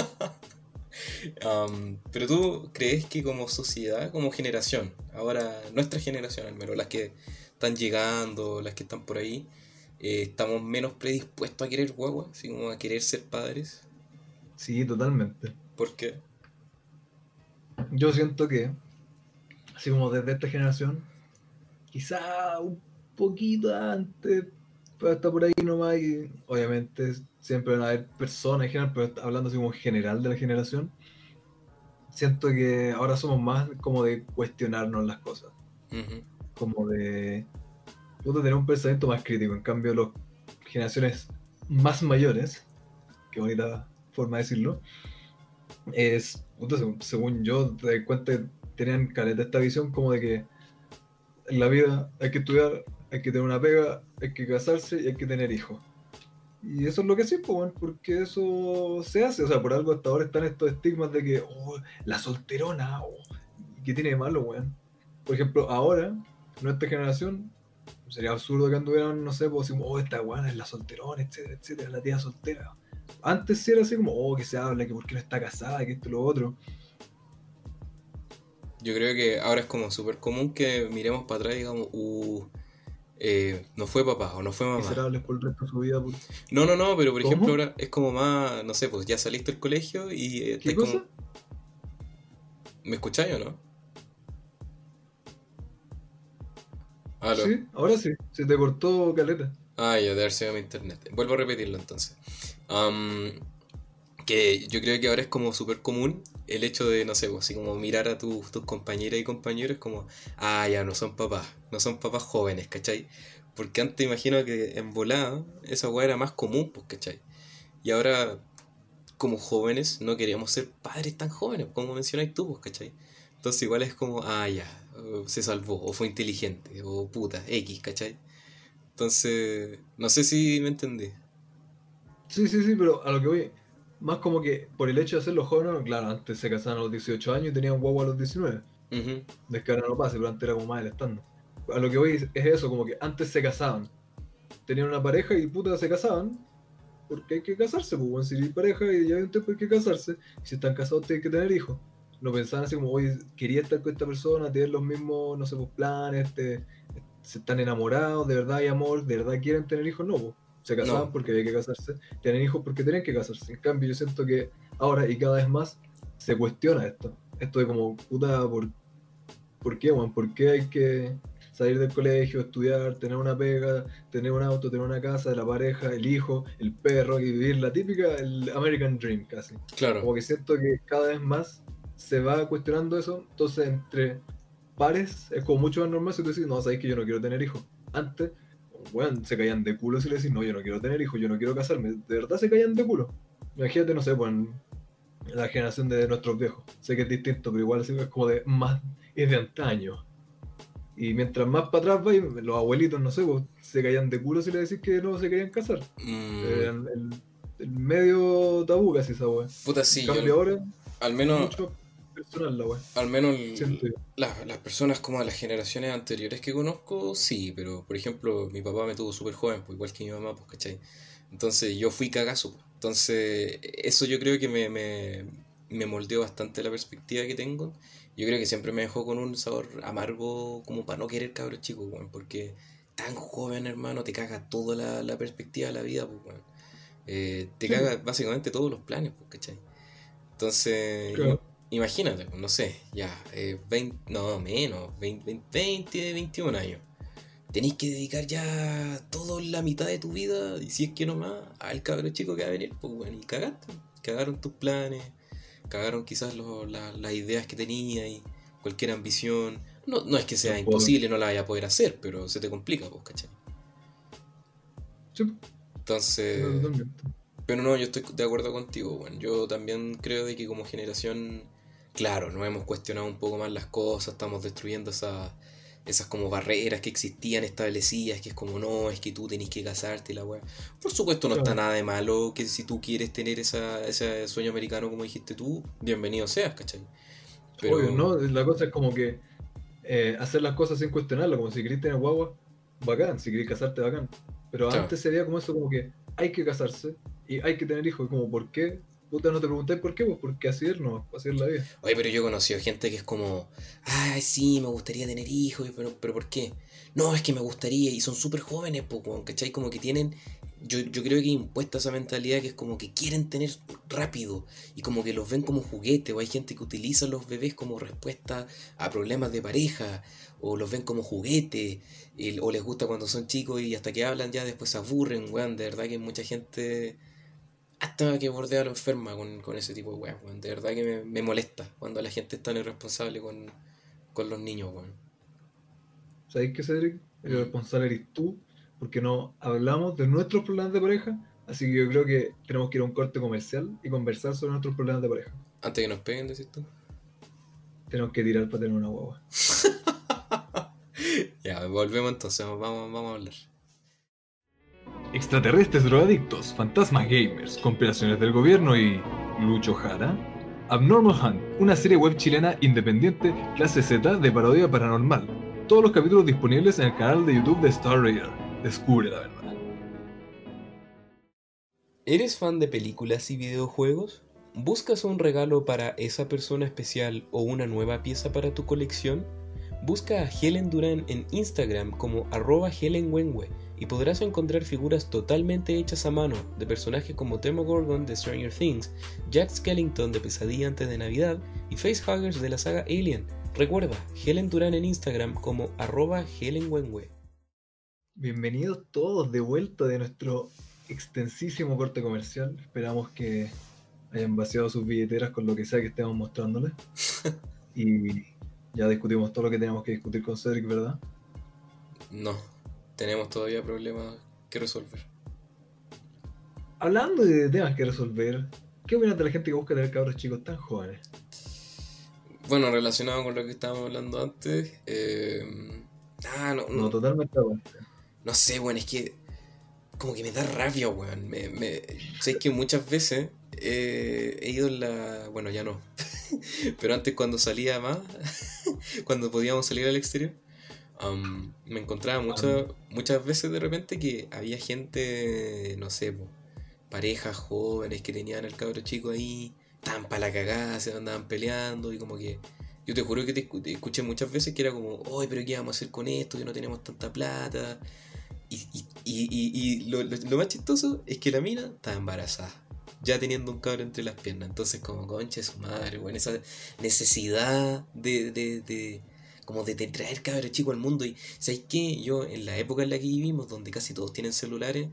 Um, pero tú crees que como sociedad, como generación, ahora nuestra generación al menos, las que están llegando, las que están por ahí, eh, estamos menos predispuestos a querer guagua, así como a querer ser padres. Sí, totalmente. ¿Por qué? Yo siento que, así como desde esta generación, quizá un poquito antes, pero hasta por ahí nomás, y obviamente siempre van a haber personas en general, pero hablando así como general de la generación, siento que ahora somos más como de cuestionarnos las cosas, Uh-huh. como de, de tener un pensamiento más crítico. En cambio, las generaciones más mayores, qué bonita forma de decirlo, es, puta, según, según yo, te das cuenta que tenían caleta esta visión como de que en la vida hay que estudiar, hay que tener una pega, hay que casarse y hay que tener hijos. Y eso es lo que sí, pues, bueno, porque eso se hace. O sea, por algo hasta ahora están estos estigmas de que, oh, la solterona, oh, ¿qué tiene de malo, weón? Por ejemplo, ahora, nuestra generación, Sería absurdo que anduvieran, no sé, pues así como, oh, esta guana es la solterona, etcétera, etcétera, la tía soltera. Antes sí era así como, oh, que se habla, que por qué no está casada, que esto y lo otro. Yo creo que ahora es como súper común que miremos para atrás y digamos, uh, eh, no fue papá o no fue mamá. Miserables por el resto de su vida. Por... No, no, no, pero por ¿Cómo? ejemplo ahora es como más, no sé, pues ya saliste del colegio y eh, ¿Qué estás cosa? como... ¿Me escucháis o no? ¿Aló? Sí, ahora sí, se te cortó caleta. Ah, ya, de haber sido mi internet. Vuelvo a repetirlo entonces. Am, que yo creo que ahora es como súper común el hecho de, no sé, pues, así como mirar a tus tus compañeras y compañeros como, ah, ya, no son papás, no son papás jóvenes, ¿cachai? Porque antes imagino que en volada esa weá era más común, pues, ¿cachai? Y ahora, como jóvenes, no queríamos ser padres tan jóvenes, como mencionáis tú, pues, ¿cachai? Entonces igual es como, ah, ya, eh, se salvó, o fue inteligente, o puta, X, ¿cachai? Entonces, no sé si me entendí. Sí, sí, sí, pero a lo que voy, más como que por el hecho de hacerlo joven, claro, antes se casaban a los dieciocho años y tenían guagua a los diecinueve. Ujú. No es que ahora no pase, pero antes era como más el estándar. A lo que voy es, es eso, como que antes se casaban. Tenían una pareja y puta se casaban. Porque hay que casarse, pues, bueno, si hay pareja y ya hay un tiempo hay que casarse. Y si están casados tienen que tener hijos. No pensaban así como, oye, quería estar con esta persona, tener los mismos, no sé, pues planes, este, se están enamorados, de verdad hay amor, de verdad quieren tener hijos, no, pues. Se casaban No. porque había que casarse, tienen hijos porque tenían que casarse. En cambio, yo siento que ahora y cada vez más se cuestiona esto. Esto de como, puta, ¿por, ¿por qué, weón? ¿Por qué hay que salir del colegio, estudiar, tener una pega, tener un auto, tener una casa, la pareja, el hijo, el perro, y vivir la típica, el American Dream casi? Claro. Como que siento que cada vez más se va cuestionando eso, entonces entre pares es como mucho más normal si tú decís, no, sabes que yo no quiero tener hijos. Antes, bueno, se caían de culo si le decís, no, yo no quiero tener hijos, yo no quiero casarme. De verdad se caían de culo. Imagínate, no sé, pues en la generación de nuestros viejos. Sé que es distinto, pero igual es como de más, es de antaño. Y mientras más para atrás vais, los abuelitos, no sé, pues se caían de culo si le decís que no se querían casar. Mm, Eran el, el medio tabú casi esa wea. puta, sí, En yo cambio al, ahora al es menos, mucho personal la wea. al menos el- Siento yo. la- las personas como de las generaciones anteriores que conozco, sí, pero por ejemplo, mi papá me tuvo súper joven, pues igual que mi mamá, pues, ¿cachai? Entonces yo fui cagazo, pues. Entonces, eso yo creo que me, me, me moldeó bastante la perspectiva que tengo. Yo creo que siempre me dejó con un sabor amargo como para no querer cabros chicos, weón, porque tan joven, hermano, te caga toda la, la perspectiva de la vida, pues, weón. Eh, te Sí, caga básicamente todos los planes, pues, ¿cachai? Entonces, ima- claro. imagínate, pues, no sé, ya, eh, veinte, no, menos, veinte, veinte, veintiún años. Tenéis que dedicar ya toda la mitad de tu vida, y si es que no más, al cabro chico que va a venir, pues bueno, y cagaste. Cagaron tus planes, cagaron quizás lo- la- las ideas que tenías y cualquier ambición. No, no es que sea Los puedo. imposible, no la vaya a poder hacer, pero se te complica, pues, ¿cachai? Sí, no, Entonces, totalmente. pero no, yo estoy de acuerdo contigo, bueno, yo también creo de que como generación, claro, nos hemos cuestionado un poco más las cosas, estamos destruyendo esas, esas como barreras que existían establecidas, que es como no, es que tú tenés que casarte y la weá. Por supuesto no está Claro. nada de malo que si tú quieres tener esa, ese sueño americano como dijiste tú, bienvenido seas, ¿cachai? Obvio, Pero, ¿no? La cosa es como que eh, hacer las cosas sin cuestionarlo, como si querés tener guagua, bacán, si querés casarte, bacán. Pero claro. antes se veía como eso, como que hay que casarse y hay que tener hijos, y como, ¿por qué? Puta, no te preguntáis por qué, pues porque así es, no, así es la vida. Oye, pero yo he conocido gente que es como, ay, sí, me gustaría tener hijos, pero, pero ¿por qué? No, es que me gustaría, y son súper jóvenes, pues, weón, ¿cachai? Como que tienen, yo, yo creo que impuesta esa mentalidad que es como que quieren tener rápido, y como que los ven como juguetes, o hay gente que utiliza a los bebés como respuesta a problemas de pareja, o los ven como juguetes, el- o les gusta cuando son chicos y hasta que hablan ya después se aburren, weón, de verdad que mucha gente hasta que bordea lo enferma con, con ese tipo de weas, weón. De verdad que me, me molesta cuando la gente es tan irresponsable con, con los niños, weón. ¿Sabéis qué, Cedric? El Mm. responsable eres tú, porque no hablamos de nuestros problemas de pareja, así que yo creo que tenemos que ir a un corte comercial y conversar sobre nuestros problemas de pareja. Antes que nos peguen, decís tú. Tenemos que tirar para tener una guagua. Ya, volvemos entonces, vamos, vamos a hablar. Extraterrestres drogadictos, fantasmas gamers, conspiraciones del gobierno y... Lucho Jara. Abnormal Hunt, una serie web chilena independiente clase Z de parodia paranormal. todos los capítulos disponibles en el canal de YouTube de Star Raider. Descubre la verdad. ¿Eres fan de películas y videojuegos? ¿Buscas un regalo para esa persona especial o una nueva pieza para tu colección? Busca a Helen Durán en Instagram como arroba helenwenwe y podrás encontrar figuras totalmente hechas a mano de personajes como Demogorgon de Stranger Things, Jack Skellington de Pesadilla antes de Navidad y facehuggers de la saga Alien. Recuerda, Helen Durán en Instagram como arroba helenwenwe. Bienvenidos todos de vuelta de nuestro extensísimo corte comercial. Esperamos que hayan vaciado sus billeteras con lo que sea que estemos mostrándoles. Y ya discutimos todo lo que teníamos que discutir con Cedric, ¿verdad? No, tenemos todavía problemas que resolver. Hablando de temas que resolver, ¿qué opinas de la gente que busca tener cabros chicos tan jóvenes? Bueno, relacionado con lo que estábamos hablando antes, eh... ah, no, no, No, totalmente de acuerdo. No sé, weón, es que como que me da rabia, weón. Me, me... Sé que muchas veces eh, he ido en la... Bueno, ya no. Pero antes cuando salía más, cuando podíamos salir al exterior, um, me encontraba muchas, muchas veces de repente que había gente, no sé, po, parejas jóvenes que tenían al cabro chico ahí, estaban para la cagada, se andaban peleando y como que... Yo te juro que te, escu- te escuché muchas veces que era como, oye, pero ¿qué vamos a hacer con esto? Que no tenemos tanta plata. Y, y, y, y, y lo, lo, lo más chistoso es que la mina estaba embarazada, ya teniendo un cabro entre las piernas. Entonces como, concha de su madre, bueno, esa necesidad de, de, de como de, de traer cabro chico al mundo. Y ¿sabes qué? Yo en la época en la que vivimos, donde casi todos tienen celulares,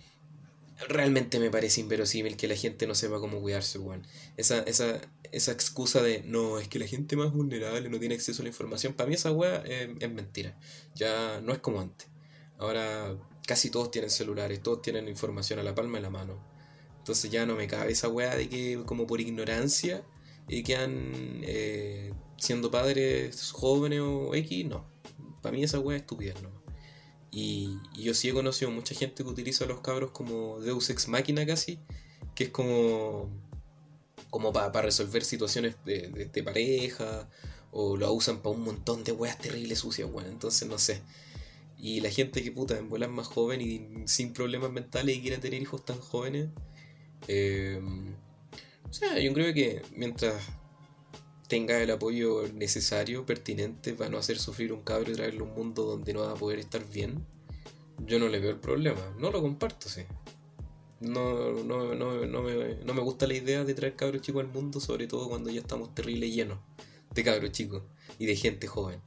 realmente me parece inverosímil que la gente no sepa cómo cuidarse, weón. Esa, esa, esa excusa de, no, es que la gente más vulnerable no tiene acceso a la información, para mí esa weá eh, es mentira. Ya no es como antes. Ahora casi todos tienen celulares, todos tienen información a la palma de la mano. Entonces ya no me cabe esa weá de que como por ignorancia y quedan eh, siendo padres jóvenes o X, no. Para mí esa weá es estupidez, ¿no? Y, y yo sí he conocido mucha gente que utiliza a los cabros como Deus Ex Machina casi, que es como, como para pa resolver situaciones de, de, de pareja, o lo usan para un montón de weas terribles sucias, weón. Entonces no sé. Y la gente que puta en bola es más joven y sin problemas mentales y quiere tener hijos tan jóvenes, eh, o sea, yo creo que mientras tenga el apoyo necesario, pertinente, para no hacer sufrir un cabro y traerle a un mundo donde no va a poder estar bien, yo no le veo el problema. No lo comparto, sí. No, no, no, no, me, no me gusta la idea de traer cabros chicos al mundo, sobre todo cuando ya estamos terrible llenos de cabros chicos y de gente joven.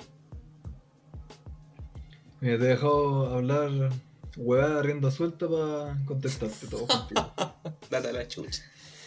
Mira, te he dejado hablar huevada rienda suelta para contestarte todo contigo. Dale a la chucha.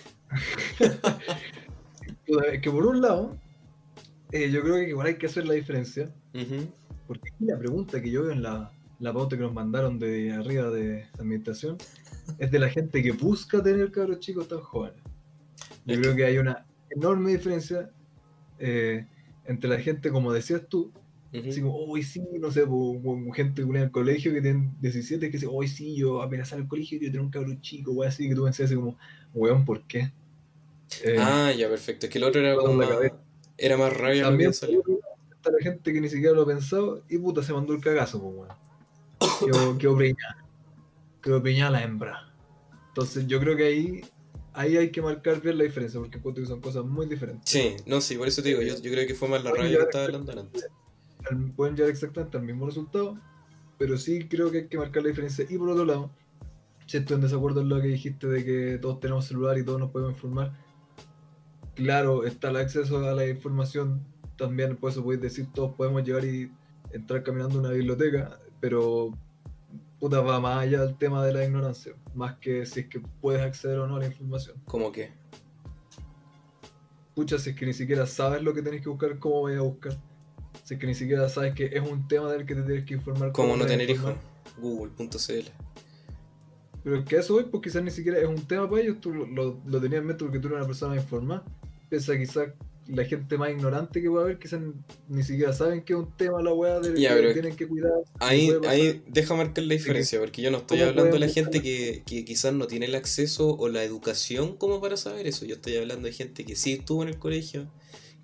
Es que por un lado, eh, yo creo que igual hay que hacer la diferencia, Uh-huh. porque aquí la pregunta que yo veo en la, la pauta que nos mandaron de arriba de administración es de la gente que busca tener cabros chicos tan jóvenes. Yo Es creo que- que hay una enorme diferencia eh, entre la gente, como decías tú, Uh-huh. así como, hoy sí, no sé, po, po, gente en el colegio que tienen diecisiete que dice, hoy sí, yo apenas salgo al colegio y yo tengo un cabrón chico, wey, así que tú pensás así como, weón, ¿por qué? Eh, Ah, ya, perfecto. Es que el otro era todo como en la más... cabeza. Era más rabia lo También que salió. está la gente que ni siquiera lo ha pensado y puta se mandó el cagazo, pues weón. Quedó, quedó preñada. Quedó preñada la hembra. Entonces yo creo que ahí, ahí hay que marcar bien la diferencia, porque encuentro que son cosas muy diferentes. Sí, no, sí, por eso te digo, yo, yo creo que fue más la Pueden rabia que llegar estaba hablando antes. al- pueden llegar exactamente al mismo resultado, pero sí creo que hay que marcar la diferencia. Y por otro lado, si estoy en desacuerdo en lo que dijiste de que todos tenemos celular y todos nos podemos informar, claro, está el acceso a la información, también por eso podéis decir todos podemos llegar y entrar caminando a una biblioteca, pero puta va más allá del tema de la ignorancia, más que si es que puedes acceder o no a la información. ¿Cómo qué? Pucha, si es que ni siquiera sabes lo que tenés que buscar, ¿cómo vais a buscar? Si es que ni siquiera sabes que es un tema del que te tienes que informar, ¿Cómo no te vas a tener hijos? informar? Google punto c l. Pero es que a eso voy, pues quizás ni siquiera es un tema para ellos, tú lo, lo, lo tenías en mente porque tú eres una persona informada. Piensa quizás la gente más ignorante que puede haber, quizás ni siquiera saben que es un tema la weá de Ya, que pero tienen que cuidar. que Ahí, puede pasar. ahí deja marcar la diferencia, porque yo no estoy ¿Cómo hablando de la pueden gente buscar? que, que quizás no tiene el acceso o la educación como para saber eso. Yo estoy hablando de gente que sí estuvo en el colegio,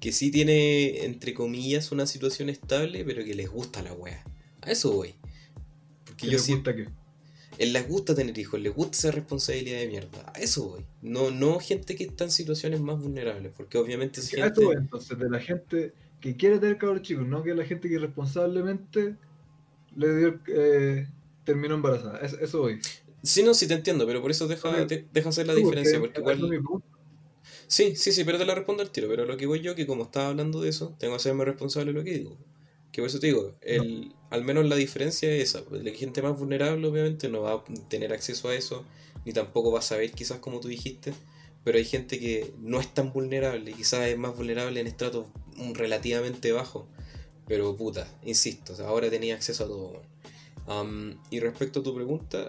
que sí tiene, entre comillas, una situación estable, pero que les gusta la wea. A eso voy. Porque ¿Qué yo les sí, gusta qué? él les gusta tener hijos, les gusta esa responsabilidad de mierda. A eso voy. No, no gente que está en situaciones más vulnerables, porque obviamente esa Que a eso voy, gente... entonces, de la gente que quiere tener cabros chicos, no que la gente que irresponsablemente le dio, eh, terminó embarazada. Es- eso voy. Sí, no, sí te entiendo, pero por eso No deja, me- de- deja hacer la Sí, porque diferencia, porque eso es igual... mi punto. Sí, sí, sí, pero te la respondo al tiro. Pero lo que voy yo, que como estaba hablando de eso, tengo que hacerme responsable de lo que digo. Que por eso te digo, No, el, al menos la diferencia es esa. Pues, la gente más vulnerable obviamente no va a tener acceso a eso, ni tampoco va a saber quizás como tú dijiste. Pero hay gente que no es tan vulnerable, quizás es más vulnerable en estratos mm, relativamente bajos. Pero puta, insisto, o sea, ahora tenía acceso a todo. Bueno. Am, y respecto a tu pregunta,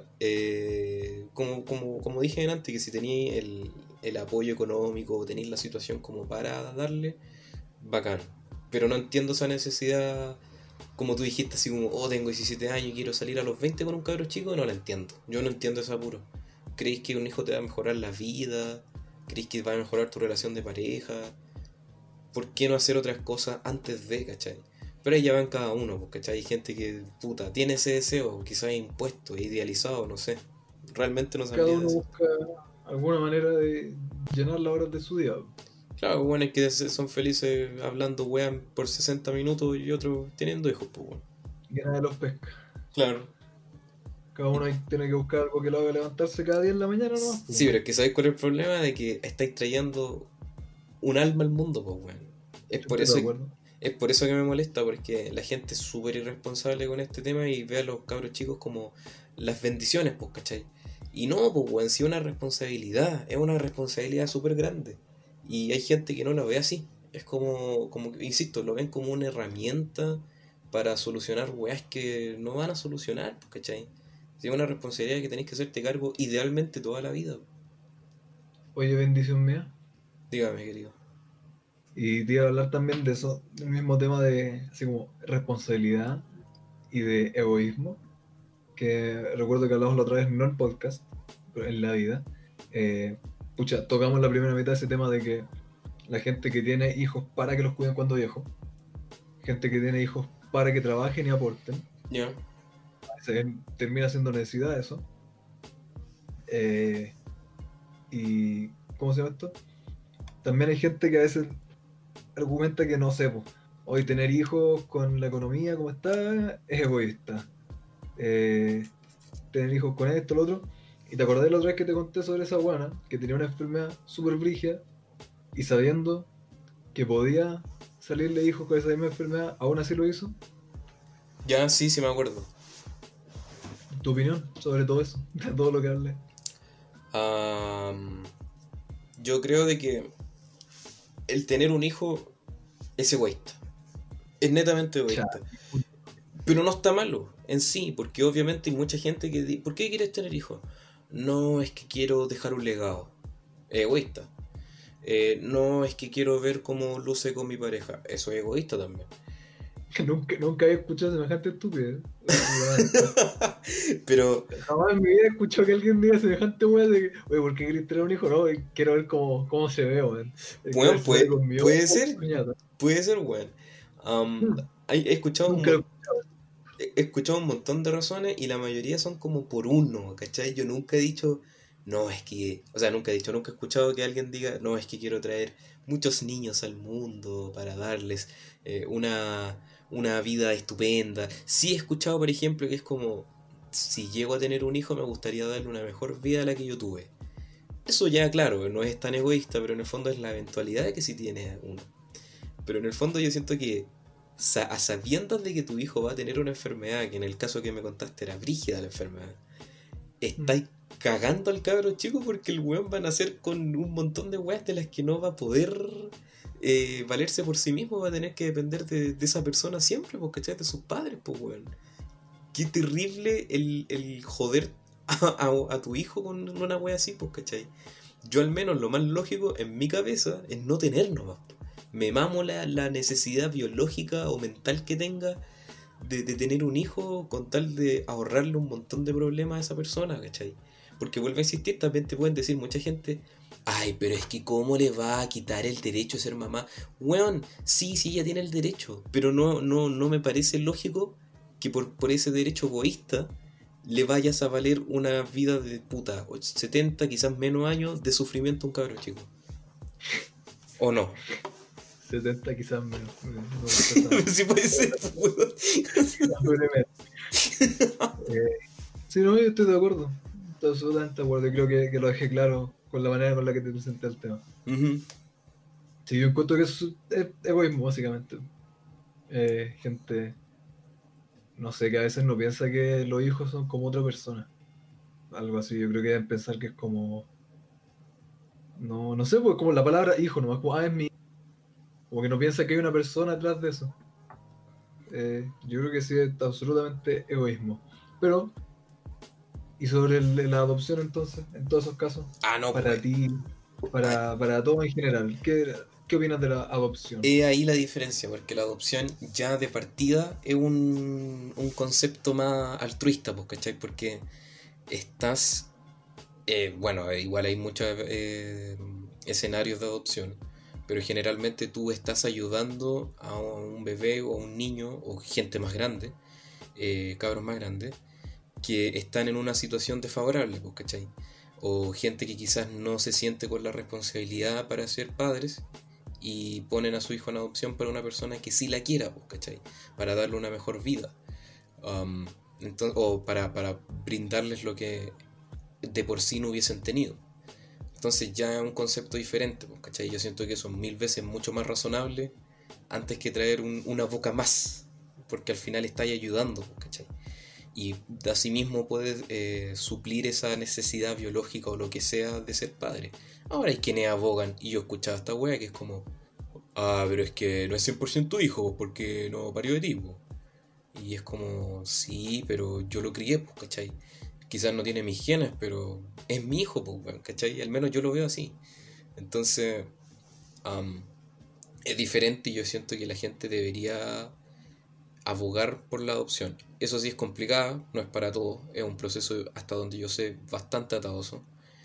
eh, como, como, como dije antes, que si tenéis el, el apoyo económico o tenéis la situación como para darle, bacán. Pero no entiendo esa necesidad, como tú dijiste, así como, oh, tengo diecisiete años y quiero salir a los veinte con un cabro chico, no la entiendo. Yo no entiendo ese apuro. ¿Creéis que un hijo te va a mejorar la vida? ¿Creéis que va a mejorar tu relación de pareja? ¿Por qué no hacer otras cosas antes de, cachai? Pero ahí ya van cada uno, pues, ¿cachai? Hay gente que, puta, tiene ese deseo, quizás impuesto, idealizado, no sé. Realmente no cada sabría uno decir. busca alguna manera de llenar las horas de su día. Claro, bueno, es que son felices hablando weón por sesenta minutos y otros teniendo hijos, pues, bueno. Y nadie los pesca. Claro. Cada uno ahí tiene que buscar algo que lo haga levantarse cada día en la mañana nomás. Sí, pero es que ¿sabéis cuál es el problema? De que estáis trayendo un alma al mundo, pues, weón. Es por Estoy de eso, acuerdo. es por eso que me molesta, porque la gente es súper irresponsable con este tema y ve a los cabros chicos como las bendiciones, pues, ¿cachai? Y no, pues, weón, sí es una responsabilidad, es una responsabilidad súper grande. Y hay gente que no lo ve así. Es como, como, insisto, lo ven como una herramienta para solucionar weas que no van a solucionar, pues, ¿cachai? Sí, es una responsabilidad que tenéis que hacerte cargo idealmente toda la vida. Oye, bendición mía. Dígame, querido. Y te iba a hablar también de eso, del mismo tema de así como responsabilidad y de egoísmo, que recuerdo que hablamos la otra vez, no en podcast, pero en la vida. Eh, pucha, tocamos la primera mitad de ese tema de que la gente que tiene hijos para que los cuiden cuando viejos, gente que tiene hijos para que trabajen y aporten, Ya. se termina siendo necesidad eso. Eh, y, ¿cómo se llama esto? También hay gente que a veces argumenta que no sé, pues, hoy tener hijos con la economía como está es egoísta. Eh, tener hijos con esto, lo otro. Y te acordás la otra vez que te conté sobre esa guana que tenía una enfermedad súper brígida y sabiendo que podía salirle hijos con esa misma enfermedad, aún así lo hizo. Ya, sí, sí me acuerdo. ¿Tu opinión sobre todo eso? De todo lo que hablé. Am, yo creo de que el tener un hijo es egoísta. Es netamente Ya, egoísta. Pero no está malo en sí, porque obviamente hay mucha gente que dice, ¿por qué quieres tener hijos? No, es que quiero dejar un legado. Es egoísta. Eh, no, es que quiero ver cómo luce con mi pareja. Eso es egoísta también. nunca, nunca había escuchado semejante estupidez. Pero, Jamás en mi vida he escuchado que alguien diga semejante weá de que, oye, ¿por qué querés tener un hijo? No, quiero ver cómo, cómo se ve, weón. Quiero bueno, ver si sale puede, con mi ojo puede o ser, con mi ñata. puede ser, weón. Am, Hmm, hay- he escuchado un Nunca lo he mon- he he escuchado un montón de razones y la mayoría son como por uno, ¿cachai? Yo nunca he dicho, no, es que, o sea, nunca he dicho, nunca he escuchado que alguien diga, no, es que quiero traer muchos niños al mundo para darles eh, una, una vida estupenda. Sí he escuchado, por ejemplo, que es como, si llego a tener un hijo me gustaría darle una mejor vida a la que yo tuve. Eso ya, claro, no es tan egoísta, pero en el fondo es la eventualidad de que si tienes uno. Pero en el fondo yo siento que sa- a sabiendas de que tu hijo va a tener una enfermedad, que en el caso que me contaste era brígida la enfermedad, estáis cagando al cabro chico porque el weón va a nacer con un montón de weas de las que no va a poder eh, valerse por sí mismo, va a tener que depender de, de esa persona siempre, pues, ¿cachai? De sus padres, pues, weón. Qué terrible el, el joder a, a- a tu hijo con una wea así, pues, ¿cachai? Yo al menos lo más lógico en mi cabeza es no tener nomás. Me mamo la, la necesidad biológica o mental que tenga de, de tener un hijo con tal de ahorrarle un montón de problemas a esa persona, ¿cachai? Porque vuelve a insistir, también te pueden decir mucha gente, Ay, pero es que ¿cómo le va a quitar el derecho a ser mamá? Weón, sí, sí, ella tiene el derecho, pero no, no, no me parece lógico que por, por ese derecho egoísta le vayas a valer una vida de puta, setenta quizás menos años de sufrimiento a un cabrón chico. ¿O no? setenta quizás menos. No, Sí puede ser, weón. eh, sí, no, yo estoy de acuerdo. Estoy absolutamente de acuerdo. Y creo que, que lo dejé claro con la manera con la que te presenté el tema. Ujú. Sí, yo encuentro que eso es egoísmo, básicamente. Eh, gente, no sé, que a veces no piensa que los hijos son como otra persona. Algo así, yo creo que deben pensar que es como. No, no sé, pues como la palabra hijo nomás, como, ah, es mi hijo. Como que no piensa que hay una persona atrás de eso. Eh, yo creo que sí es absolutamente egoísmo. Pero, ¿y sobre el- la adopción entonces, en todos esos casos? Ah, no, Para pues. ti, para, para todo en general, ¿qué, qué opinas de la adopción? He ahí la diferencia, porque la adopción ya de partida es un, un concepto más altruista, pues, ¿cachai? Porque estás, eh, bueno, eh, igual hay muchos eh, escenarios de adopción, pero generalmente tú estás ayudando a un bebé o a un niño o gente más grande, eh, cabros más grandes, que están en una situación desfavorable, pues, ¿cachai? O gente que quizás no se siente con la responsabilidad para ser padres y ponen a su hijo en adopción para una persona que sí la quiera, pues, ¿cachai? Para darle una mejor vida. Um, entonces, o para, para brindarles lo que de por sí no hubiesen tenido. Entonces ya es un concepto diferente, pues, ¿cachai? Yo siento que eso es mil veces mucho más razonable antes que traer un, una boca más, porque al final estáis ayudando, pues, ¿cachai? Y de asimismo puedes eh, suplir esa necesidad biológica o lo que sea de ser padre. Ahora hay quienes abogan, y yo he escuchado esta wea que es como, ah, pero es que no es cien por ciento hijo porque no parió de ti, po. Y es como, sí, pero yo lo crié, pues, ¿cachai? Quizás no tiene mis genes, pero es mi hijo, pues, weón, ¿cachai? Al menos yo lo veo así. Entonces, am, es diferente y yo siento que la gente debería abogar por la adopción. Eso sí es complicado, no es para todos, es un proceso hasta donde yo sé bastante atadoso.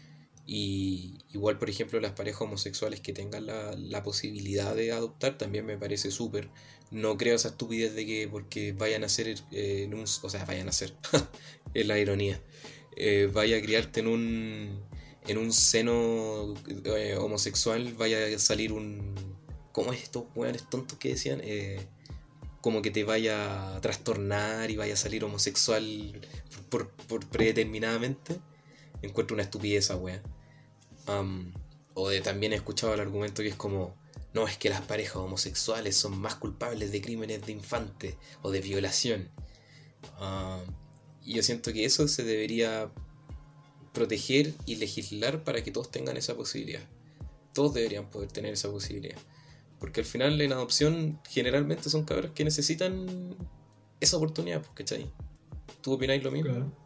Y igual, por ejemplo, las parejas homosexuales que tengan la, la posibilidad de adoptar también me parece súper. No creo esa estupidez de que porque vayan a ser, eh, en un, o sea, vayan a ser, es la ironía, eh, vaya a criarte en un, en un seno eh, homosexual, vaya a salir un, ¿cómo es estos weones tontos que decían? Eh, como que te vaya a trastornar y vaya a salir homosexual por, por predeterminadamente. Encuentro una estupidez esa wea. Um, o de también he escuchado el argumento que es como, no, es que las parejas homosexuales son más culpables de crímenes de infantes o de violación. Um, y yo siento que eso se debería proteger y legislar para que todos tengan esa posibilidad. Todos deberían poder tener esa posibilidad. Porque al final en adopción generalmente son cabros que necesitan esa oportunidad, pues, ¿cachai? ¿Tú opináis lo mismo? Claro.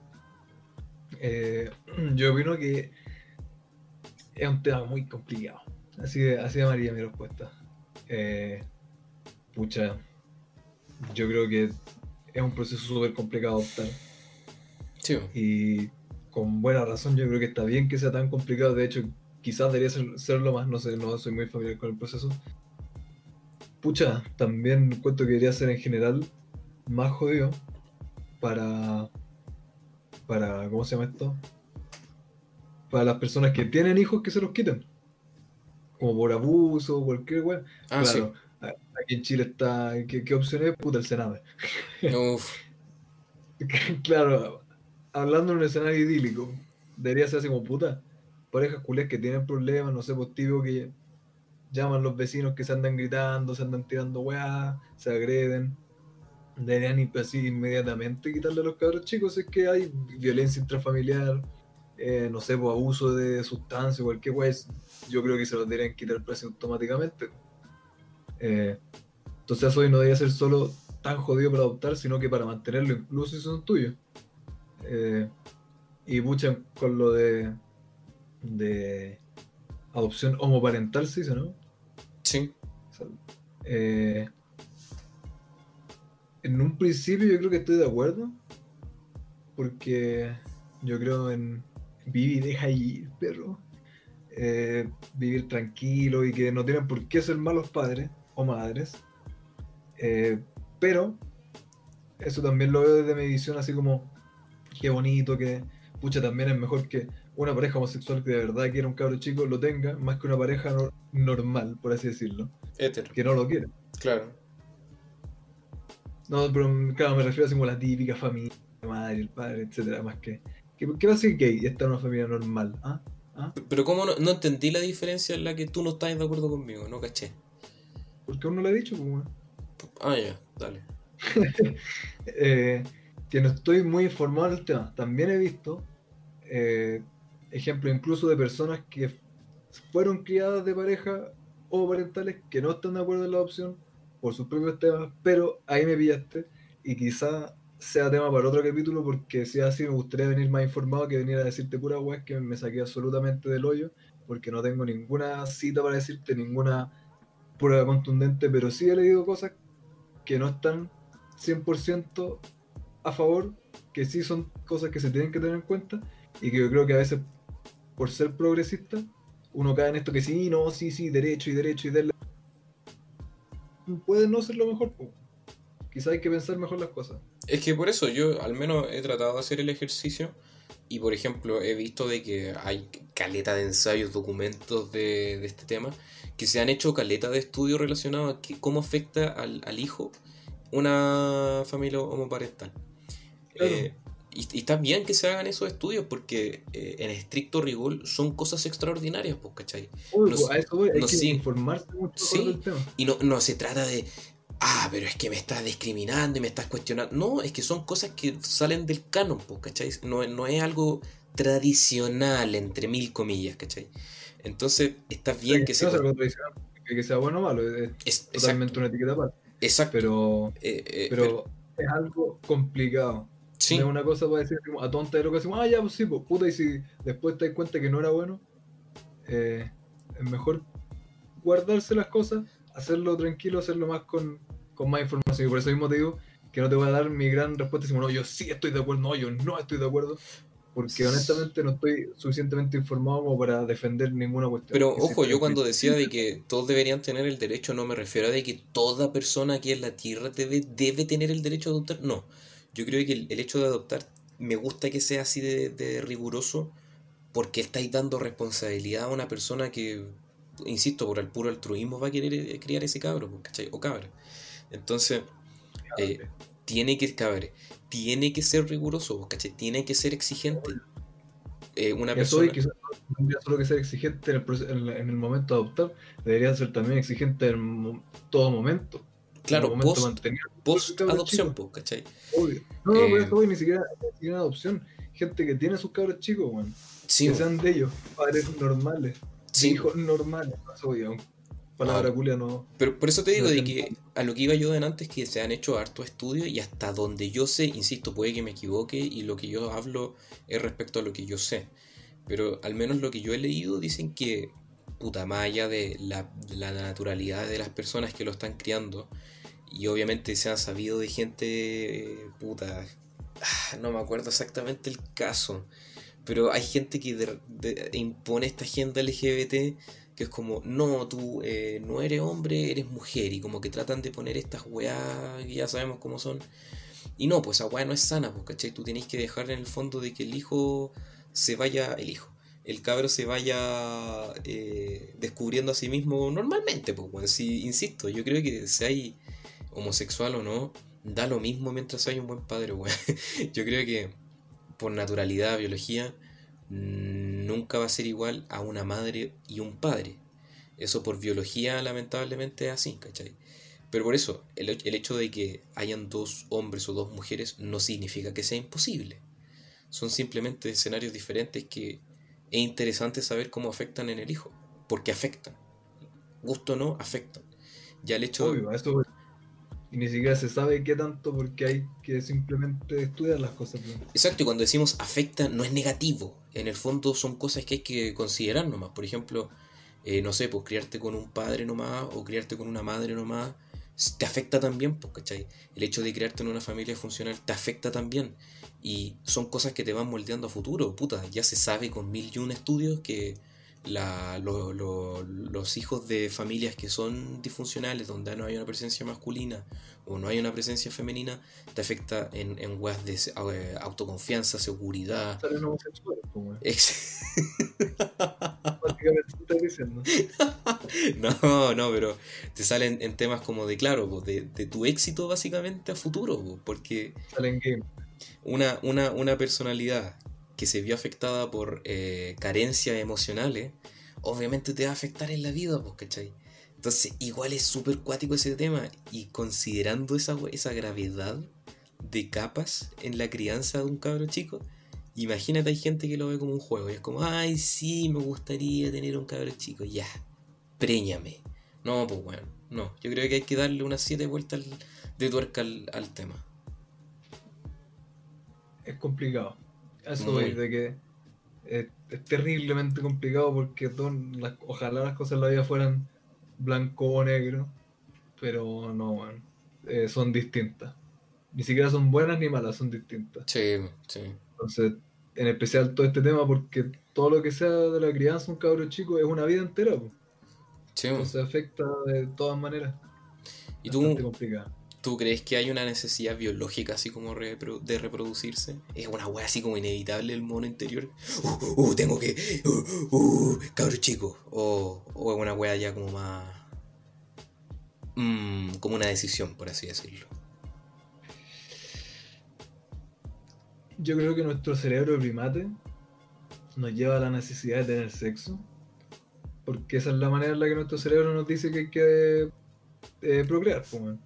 Eh, yo opino que es un tema muy complicado. Así de, así de María mi respuesta. Eh, pucha, yo creo que es un proceso súper complicado adoptar. Sí. Y con buena razón yo creo que está bien que sea tan complicado. De hecho, quizás debería ser, serlo más, no sé, no soy muy familiar con el proceso. Pucha, también encuentro que debería ser en general más jodido para, para, ¿cómo se llama esto? Para las personas que tienen hijos que se los quiten. Como por abuso o cualquier weá. Ah, sí. Claro, a- aquí en Chile está, ¿qué, qué opción es? Puta, el Senado. Uf. Claro, hablando en un escenario idílico, debería ser así como puta. Parejas culés que tienen problemas, no sé, pues típico que llaman los vecinos que se andan gritando, se andan tirando weá, se agreden. Deberían ir así inmediatamente quitarle a los cabros chicos si es que hay violencia intrafamiliar, eh, no sé, pues abuso de sustancias, cualquier weá, es- yo creo que se los deberían quitar casi automáticamente. Eh, entonces eso hoy no debería ser solo tan jodido para adoptar, sino que para mantenerlo incluso si son tuyos. Eh, y pucha, con lo de, de adopción homoparental, sí, ¿no? O Sí. sea, eh, en un principio yo creo que estoy de acuerdo, porque yo creo en vive y deja ir, perro. eh, vivir tranquilo y que no tienen por qué ser malos padres o madres. Eh, pero eso también lo veo desde mi visión así como, qué bonito que, pucha, también es mejor que una pareja homosexual que de verdad quiera un cabro chico lo tenga, más que una pareja no- normal, por así decirlo, Hétero, que no lo quiere. claro. No, pero claro, me refiero así como a la típica familia, la madre, el padre, etcétera, más que, ¿qué, qué va a ser gay y está en una familia normal? ¿Ah? ¿Ah? Pero ¿cómo no, no entendí la diferencia en la que tú no estás de acuerdo conmigo? No caché. ¿Por qué aún no lo he dicho? Pues, weón? Ah, ya, dale. Eh, que no estoy muy informado del tema. También he visto eh, ejemplos incluso de personas que fueron criadas de pareja o parentales que no están de acuerdo en la adopción por sus propios temas, pero ahí me pillaste y quizá sea tema para otro capítulo porque si es así me gustaría venir más informado que venir a decirte pura weá que me saqué absolutamente del hoyo porque no tengo ninguna cita para decirte, ninguna prueba contundente, pero sí he leído cosas que no están cien por ciento a favor, que sí son cosas que se tienen que tener en cuenta y que yo creo que a veces por ser progresista uno cae en esto que sí, no, sí, sí, derecho y derecho y darle. Puede no ser lo mejor, po. Quizá hay que pensar mejor las cosas. Es que por eso yo al menos he tratado de hacer el ejercicio y por ejemplo he visto de que hay caleta de ensayos, documentos de, de este tema, que se han hecho caleta de estudios relacionados a que- cómo afecta al, al hijo una familia homoparental. Claro. Eh, y, y está bien que se hagan esos estudios porque eh, en estricto rigor son cosas extraordinarias, pues, ¿cachai? Uy, No, pues, a eso voy, hay no, que sí, informarse mucho mejor sí, del tema. y no, no se trata de, ah, pero es que me estás discriminando y me estás cuestionando. No, es que son cosas que salen del canon, pues, ¿cachai? No, no es algo tradicional, entre mil comillas, ¿cachai? Entonces, está Pero bien que que se... no es cuest- algo tradicional, que, que sea bueno o malo, es Es, exacto, totalmente una etiqueta aparte. exacto. Pero, Eh, eh, pero, pero es algo complicado. No es sí, una cosa para decir como a tonta de lo que decimos, ah, ya, pues sí, pues puta, y si después te das cuenta que no era bueno, eh, es mejor guardarse las cosas, hacerlo tranquilo, hacerlo más con, con más información. Y por eso mismo te digo que no te voy a dar mi gran respuesta, decimos, no, yo sí estoy de acuerdo, no, yo no estoy de acuerdo, porque honestamente no estoy suficientemente informado como para defender ninguna cuestión. pero ojo, Insisto, yo en cuando decía principio, de que todos deberían tener el derecho, no me refiero a de que toda persona aquí en la tierra debe, debe tener el derecho a adoptar. No, yo creo que el, el hecho de adoptar, me gusta que sea así de, de riguroso, porque estáis dando responsabilidad a una persona que, insisto, por el puro altruismo va a querer eh, criar ese cabro, pues, ¿cachai? O cabra. Entonces, eh, tiene que, cabre, tiene que ser riguroso, pues, ¿cachai? Tiene que ser exigente. Eh, una y eso hoy persona, quizás no tendría solo que ser exigente en el, proce- en, la- en el momento de adoptar, debería ser también exigente en mo- todo momento, en el claro, momento de post, mantener el post cabro adopción, chico, pues, ¿cachai? obvio. No, no, por Eh, eso voy, ni siquiera, ni siquiera adopción. Gente que tiene sus cabros chicos, weón. sí, Que pues, sean de ellos, padres normales, de sí, pues. hijos normales. Eso, oye, aunque Ah, palabra culia no, pero por eso te no digo es de en- que a lo que iba yo de antes, que se han hecho hartos estudios y hasta donde yo sé, insisto, puede que me equivoque y lo que yo hablo es respecto a lo que yo sé. Pero al menos lo que yo he leído dicen que, puta, más allá de la, de la naturalidad de las personas que lo están criando, y obviamente se ha sabido de gente, eh, puta, ah, no me acuerdo exactamente el caso, pero hay gente que de- de- impone esta agenda L G B T que es como, no, tú eh, no eres hombre, eres mujer, y como que tratan de poner estas weas que ya sabemos cómo son. Y no, pues esa wea no es sana, pues, ¿cachai? Tú tenés que dejar en el fondo de que el hijo se vaya, el hijo, el cabro se vaya eh, descubriendo a sí mismo normalmente, pues, weón. Sí, insisto, yo creo que si hay homosexual o no, da lo mismo mientras hay un buen padre, weón. Yo creo que por naturalidad, biología, mm, nunca va a ser igual a una madre y un padre. Eso por biología lamentablemente es así, ¿cachai? Pero por eso, el, el hecho de que hayan dos hombres o dos mujeres no significa que sea imposible. Son simplemente escenarios diferentes que es interesante saber cómo afectan en el hijo. Porque afectan. Gusto o no, afectan. Ya el hecho... obvio, a eso voy. Y ni siquiera se sabe qué tanto porque hay que simplemente estudiar las cosas, weón. Exacto, y cuando decimos afecta no es negativo. En el fondo son cosas que hay que considerar nomás. Por ejemplo, eh, no sé, pues criarte con un padre nomás o criarte con una madre nomás te afecta también, pues, ¿cachai? El hecho de criarte en una familia funcional te afecta también. Y son cosas que te van moldeando a futuro. Puta, ya se sabe con mil y un estudios que la, lo- lo- los hijos de familias que son disfuncionales, donde no hay una presencia masculina o no hay una presencia femenina, te afecta en, en weas de se- eh, autoconfianza, seguridad. Salen homosexuales, pues, weón. ex- Básicamente, ¿qué estás diciendo? No, no, pero te salen en temas como de, claro, pues, de, de tu éxito básicamente a futuro, pues, porque Salen game. una, una, una personalidad que se vio afectada por eh, carencias emocionales, obviamente te va a afectar en la vida, pues, ¿cachai? Entonces, igual es súper cuático ese tema, y considerando esa, esa gravedad de capas en la crianza de un cabro chico, imagínate, hay gente que lo ve como un juego, y es como, ay, sí, me gustaría tener un cabro chico, ya, préñame. No, pues bueno, no, yo creo que hay que darle unas siete vueltas al- de tuerca al, al tema. Es complicado. A eso voy, Muy. de que es, es terriblemente complicado porque todo- las- ojalá las cosas en la vida fueran blanco o negro, pero no, weón. Eh, son distintas. Ni siquiera son buenas ni malas, son distintas. Sí, sí. Entonces, en especial todo este tema, porque todo lo que sea de la crianza de un cabro chico es una vida entera, po. Sí. Entonces afecta de todas maneras. ¿Y Bastante tú, complicado. tú crees que hay una necesidad biológica así como repro- de reproducirse? ¿Es una wea así como inevitable el mono interior? Uh, uh, tengo que... Uh, uh, cabro chico. O, o es una wea ya como más... mm, como una decisión, por así decirlo. Yo creo que nuestro cerebro de primate nos lleva a la necesidad de tener sexo, porque esa es la manera en la que nuestro cerebro nos dice que hay que eh, procrear, pues, weón.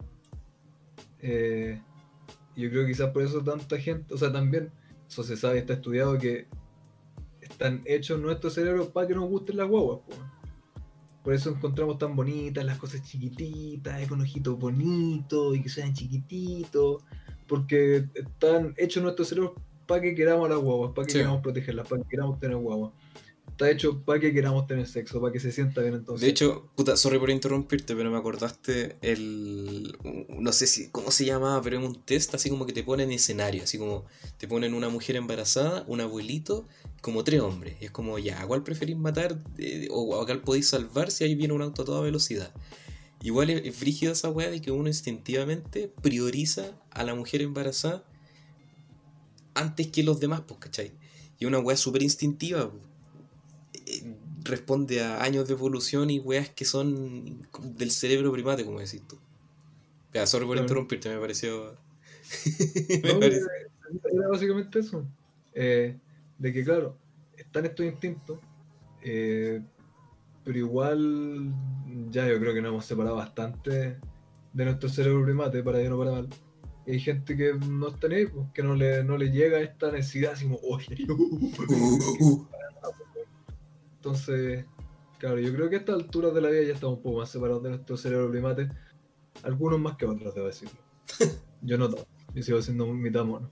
Eh, yo creo que quizás por eso tanta gente, o sea, también, eso se sabe, está estudiado que están hechos nuestros cerebros para que nos gusten las guaguas, pues, weón. Por eso encontramos tan bonitas las cosas chiquititas, y con ojitos bonitos y que sean chiquititos, porque están hechos nuestros cerebros para que queramos a las guaguas, para que Sí. queramos protegerlas, para que queramos tener guaguas. Está hecho para que queramos tener sexo, para que se sienta bien De entonces. hecho, puta, sorry por interrumpirte, pero me acordaste el... No sé si cómo se llamaba, pero es un test así como que te ponen escenario, así como te ponen una mujer embarazada, un abuelito, como tres hombres. Y es como, ya, ¿a cuál preferís matar? Eh, o a cuál podéis salvar si ahí viene un auto a toda velocidad. Igual es, es frígida esa weá de que uno instintivamente prioriza a la mujer embarazada antes que los demás, pues, ¿cachai? Y una weá súper instintiva, eh, responde a años de evolución y weas que son del cerebro primate, como decís tú. Ya, sorry por Claro. interrumpirte, me pareció. me No, pareció. era básicamente eso. Eh, de que, claro, están estos instintos, eh, pero igual ya yo creo que nos hemos separado bastante de nuestro cerebro primate, para bien o para mal. Y hay gente que no está ahí, pues, que no le, no le llega esta necesidad así como, oye, Uh, uh. entonces, claro, yo creo que a estas alturas de la vida ya estamos un poco más separados de nuestro cerebro primate, algunos más que otros, debo decirlo. Yo no tanto, yo sigo siendo mitad mono.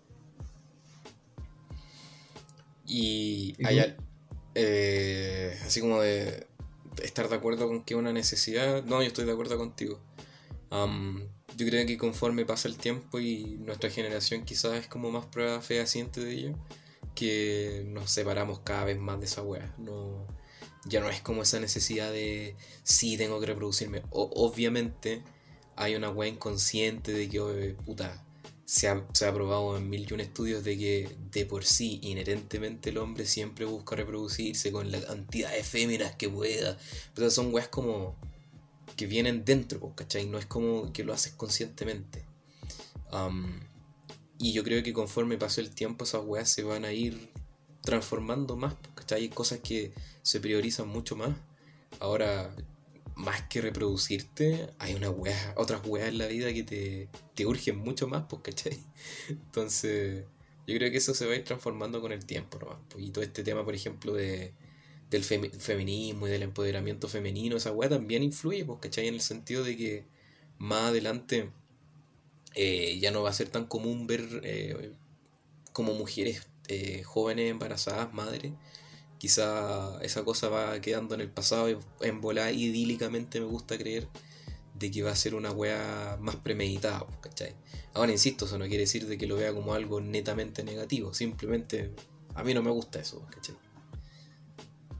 Y ¿Y hay tú? al- eh, así como de estar de acuerdo con que una necesidad. No, yo estoy de acuerdo contigo. Am, yo creo que conforme pasa el tiempo y nuestra generación quizás es como más prueba fehaciente de ello, que nos separamos cada vez más de esa wea. No, ya no es como esa necesidad de sí tengo que reproducirme. O- obviamente hay una wea inconsciente de que, eh, puta, se ha, se ha probado en mil y un estudios de que de por sí, inherentemente el hombre siempre busca reproducirse con la cantidad de féminas que pueda. Pero son weas como que vienen dentro, pues, ¿cachai? No es como que lo haces conscientemente. Am, y yo creo que conforme pase el tiempo esas weas se van a ir transformando más, pues, ¿cachai? Hay cosas que se priorizan mucho más. Ahora, más que reproducirte, hay una wea, otras weas en la vida que te, te urgen mucho más, pues, ¿cachai? Entonces, yo creo que eso se va a ir transformando con el tiempo nomás, pues. Y todo este tema, por ejemplo, de, del femi- feminismo y del empoderamiento femenino, esa wea también influye, pues, ¿cachai? En el sentido de que más adelante eh, ya no va a ser tan común ver eh, como mujeres eh, jóvenes, embarazadas, madres. Quizá esa cosa va quedando en el pasado y en volada idílicamente me gusta creer de que va a ser una wea más premeditada, pues, ¿cachai? Ahora insisto, eso no quiere decir de que lo vea como algo netamente negativo, simplemente a mí no me gusta eso, ¿cachai?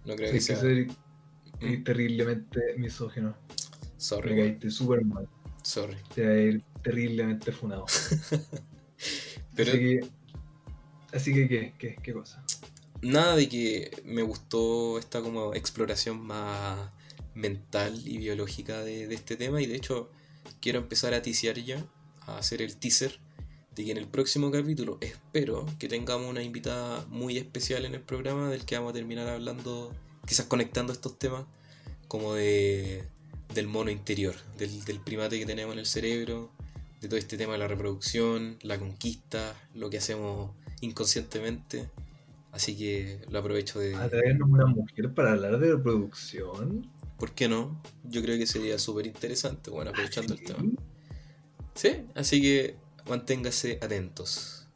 No creo Sí, que es que sea... soy ¿Mm? terriblemente misógino. Sorry, Me weón. caíste súper mal. Sorry. Te va a ir terriblemente funado. Pero Así que, así que, ¿qué? ¿Qué? ¿Qué cosa? nada de que me gustó esta como exploración más mental y biológica de, de este tema, y de hecho quiero empezar a ticiar ya, a hacer el teaser de que en el próximo capítulo espero que tengamos una invitada muy especial en el programa del que vamos a terminar hablando, quizás conectando estos temas como de del mono interior, del, del primate que tenemos en el cerebro, de todo este tema de la reproducción, la conquista, lo que hacemos inconscientemente. Así que lo aprovecho ¿A de... traernos una mujer para hablar de reproducción? ¿Por qué no? Yo creo que sería súper interesante, bueno, ¿Ah, aprovechando el tema. sí? Sí, así que manténgase atentos.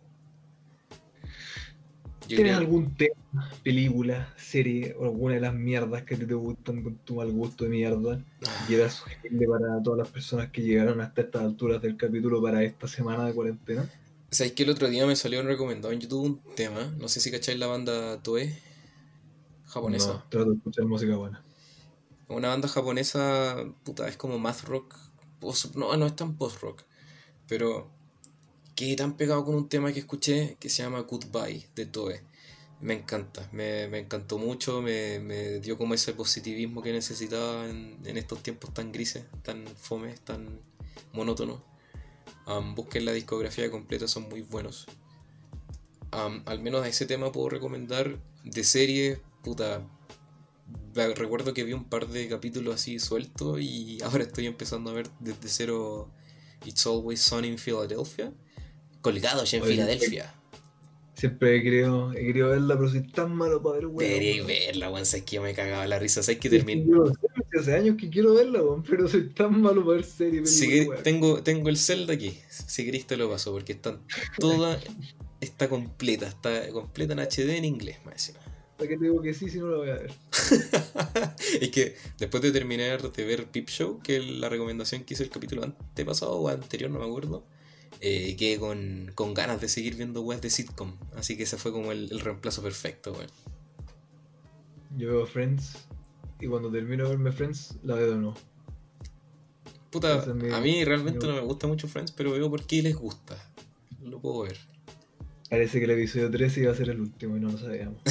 Yo ¿Tienes creo... algún tema, película, serie o alguna de las mierdas que a ti te gustan con tu mal gusto de mierda que quieras sugerirle para todas las personas que llegaron hasta estas alturas del capítulo para esta semana de cuarentena? ¿Sabéis que el otro día me salió recomendado en YouTube un tema? No sé si cacháis la banda Toei, japonesa. No, trato de escuchar música buena. Una banda japonesa, puta, es como math rock. Post- no, no es tan post rock. Pero que tan pegado con un tema que escuché que se llama Goodbye de Toe. Me encanta, me, me encantó mucho, me, me dio como ese positivismo que necesitaba en, en estos tiempos tan grises, tan fomes, tan monótonos. Um, busquen la discografía completa, son muy buenos. Um, al menos a ese tema puedo recomendar de series, puta. Recuerdo que vi un par de capítulos así sueltos y ahora estoy empezando a ver desde cero It's Always Sunny in Philadelphia. Colgados en Oye, siempre, Filadelfia. siempre he querido, he querido verla, pero soy tan malo para ver weón, Deberíais weón. verla, weón. Sabes que yo me cagaba la risa. Sabes que Es que terminé. yo no sé, porque hace años que quiero verla, weón, pero soy tan malo para ver serie, Si película y quer- weón. tengo, tengo el Zelda aquí. Si queréis te lo paso. Porque está toda. Está completa. Está completa en H D en inglés, más encima. ¿Para qué te digo que sí si no la voy a ver? Es que después de terminar de ver Peep Show, que es la recomendación que hice el capítulo antepasado o anterior, no me acuerdo, eh, quedé con, con ganas de seguir viendo weas de sitcom. Así que ese fue como el, el reemplazo perfecto, weón. Yo veo Friends y cuando termino de verme Friends, la veo de nuevo. Puta, Ese es mi, a mí realmente no mi- me gusta mucho Friends, pero veo por qué les gusta. Lo puedo ver. Parece que el episodio trece iba a ser el último y no lo sabíamos.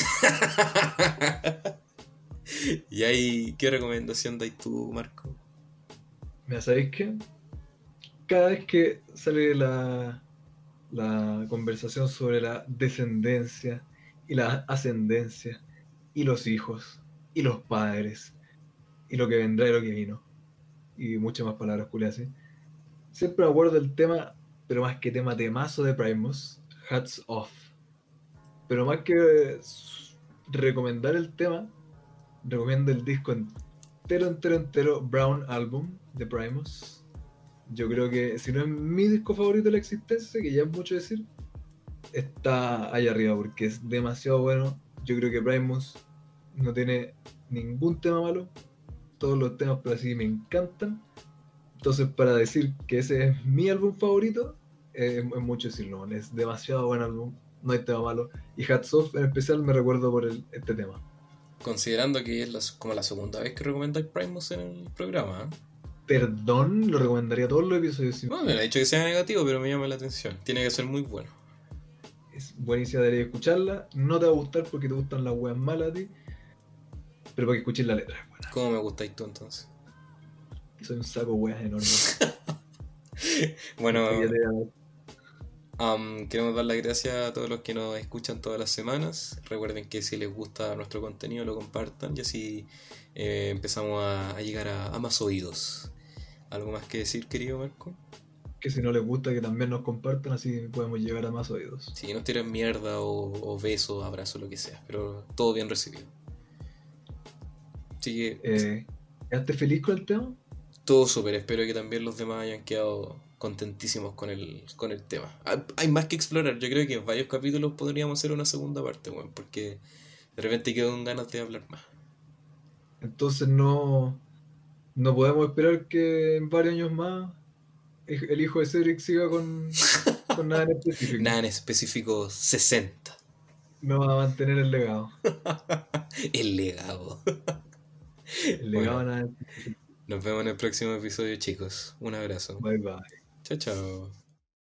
¿Y ahí qué recomendación dais tú, Marco? Mira, ¿sabéis qué? Cada vez que sale la, la conversación sobre la descendencia y la ascendencia y los hijos y los padres y lo que vendrá y lo que vino y muchas más palabras culiadas así, siempre me acuerdo del tema, pero más que tema temazo de Primus, Hats Off. Pero más que eh, recomendar el tema, recomiendo el disco entero, entero, entero, Brown Album de Primus. Yo creo que si no es mi disco favorito de la existencia, que ya es mucho decir, está ahí arriba porque es demasiado bueno. Yo creo que Primus no tiene ningún tema malo. Todos los temas, pero así me encantan. Entonces, para decir que ese es mi álbum favorito, eh, es mucho decirlo. Es demasiado buen álbum. No hay tema malo. Y Hats Off en especial me recuerdo por el, este tema. Considerando que es la- como la segunda vez que recomendáis Primus en el programa, ¿eh? Perdón, lo recomendaría todos los episodios. Sin No, me ha dicho que sea negativo, pero me llama la atención. Tiene que ser muy bueno. Es buenísima, debería escucharla. No te va a gustar porque te gustan las weas malas a ti, pero para que escuches la letra es buena. ¿Cómo me gustáis tú entonces? Soy un saco de weas enorme. Bueno, Hasta que ya te voy a dar. Um, queremos dar las gracias a todos los que nos escuchan todas las semanas. Recuerden que si les gusta nuestro contenido lo compartan y así eh, empezamos a, a llegar a, a más oídos. ¿Algo más que decir, querido Marco? Que si no les gusta que también nos compartan, así podemos llegar a más oídos. Si nos tiran mierda o, o besos, abrazos, lo que sea, pero todo bien recibido. Así que Eh, ¿Quedaste feliz con el tema? todo súper, espero que también los demás hayan quedado contentísimos con el, con el tema. Hay, hay más que explorar, yo creo que en varios capítulos podríamos hacer una segunda parte, bueno, porque de repente quedo con ganas de hablar más. Entonces no, no podemos esperar que en varios años más el hijo de Cedric siga con, con nada en específico. Nada en específico sesenta. me va a mantener el legado. El legado. El legado Bueno, nada. nos vemos en el próximo episodio, chicos. Un abrazo. Bye bye. Chao, chao.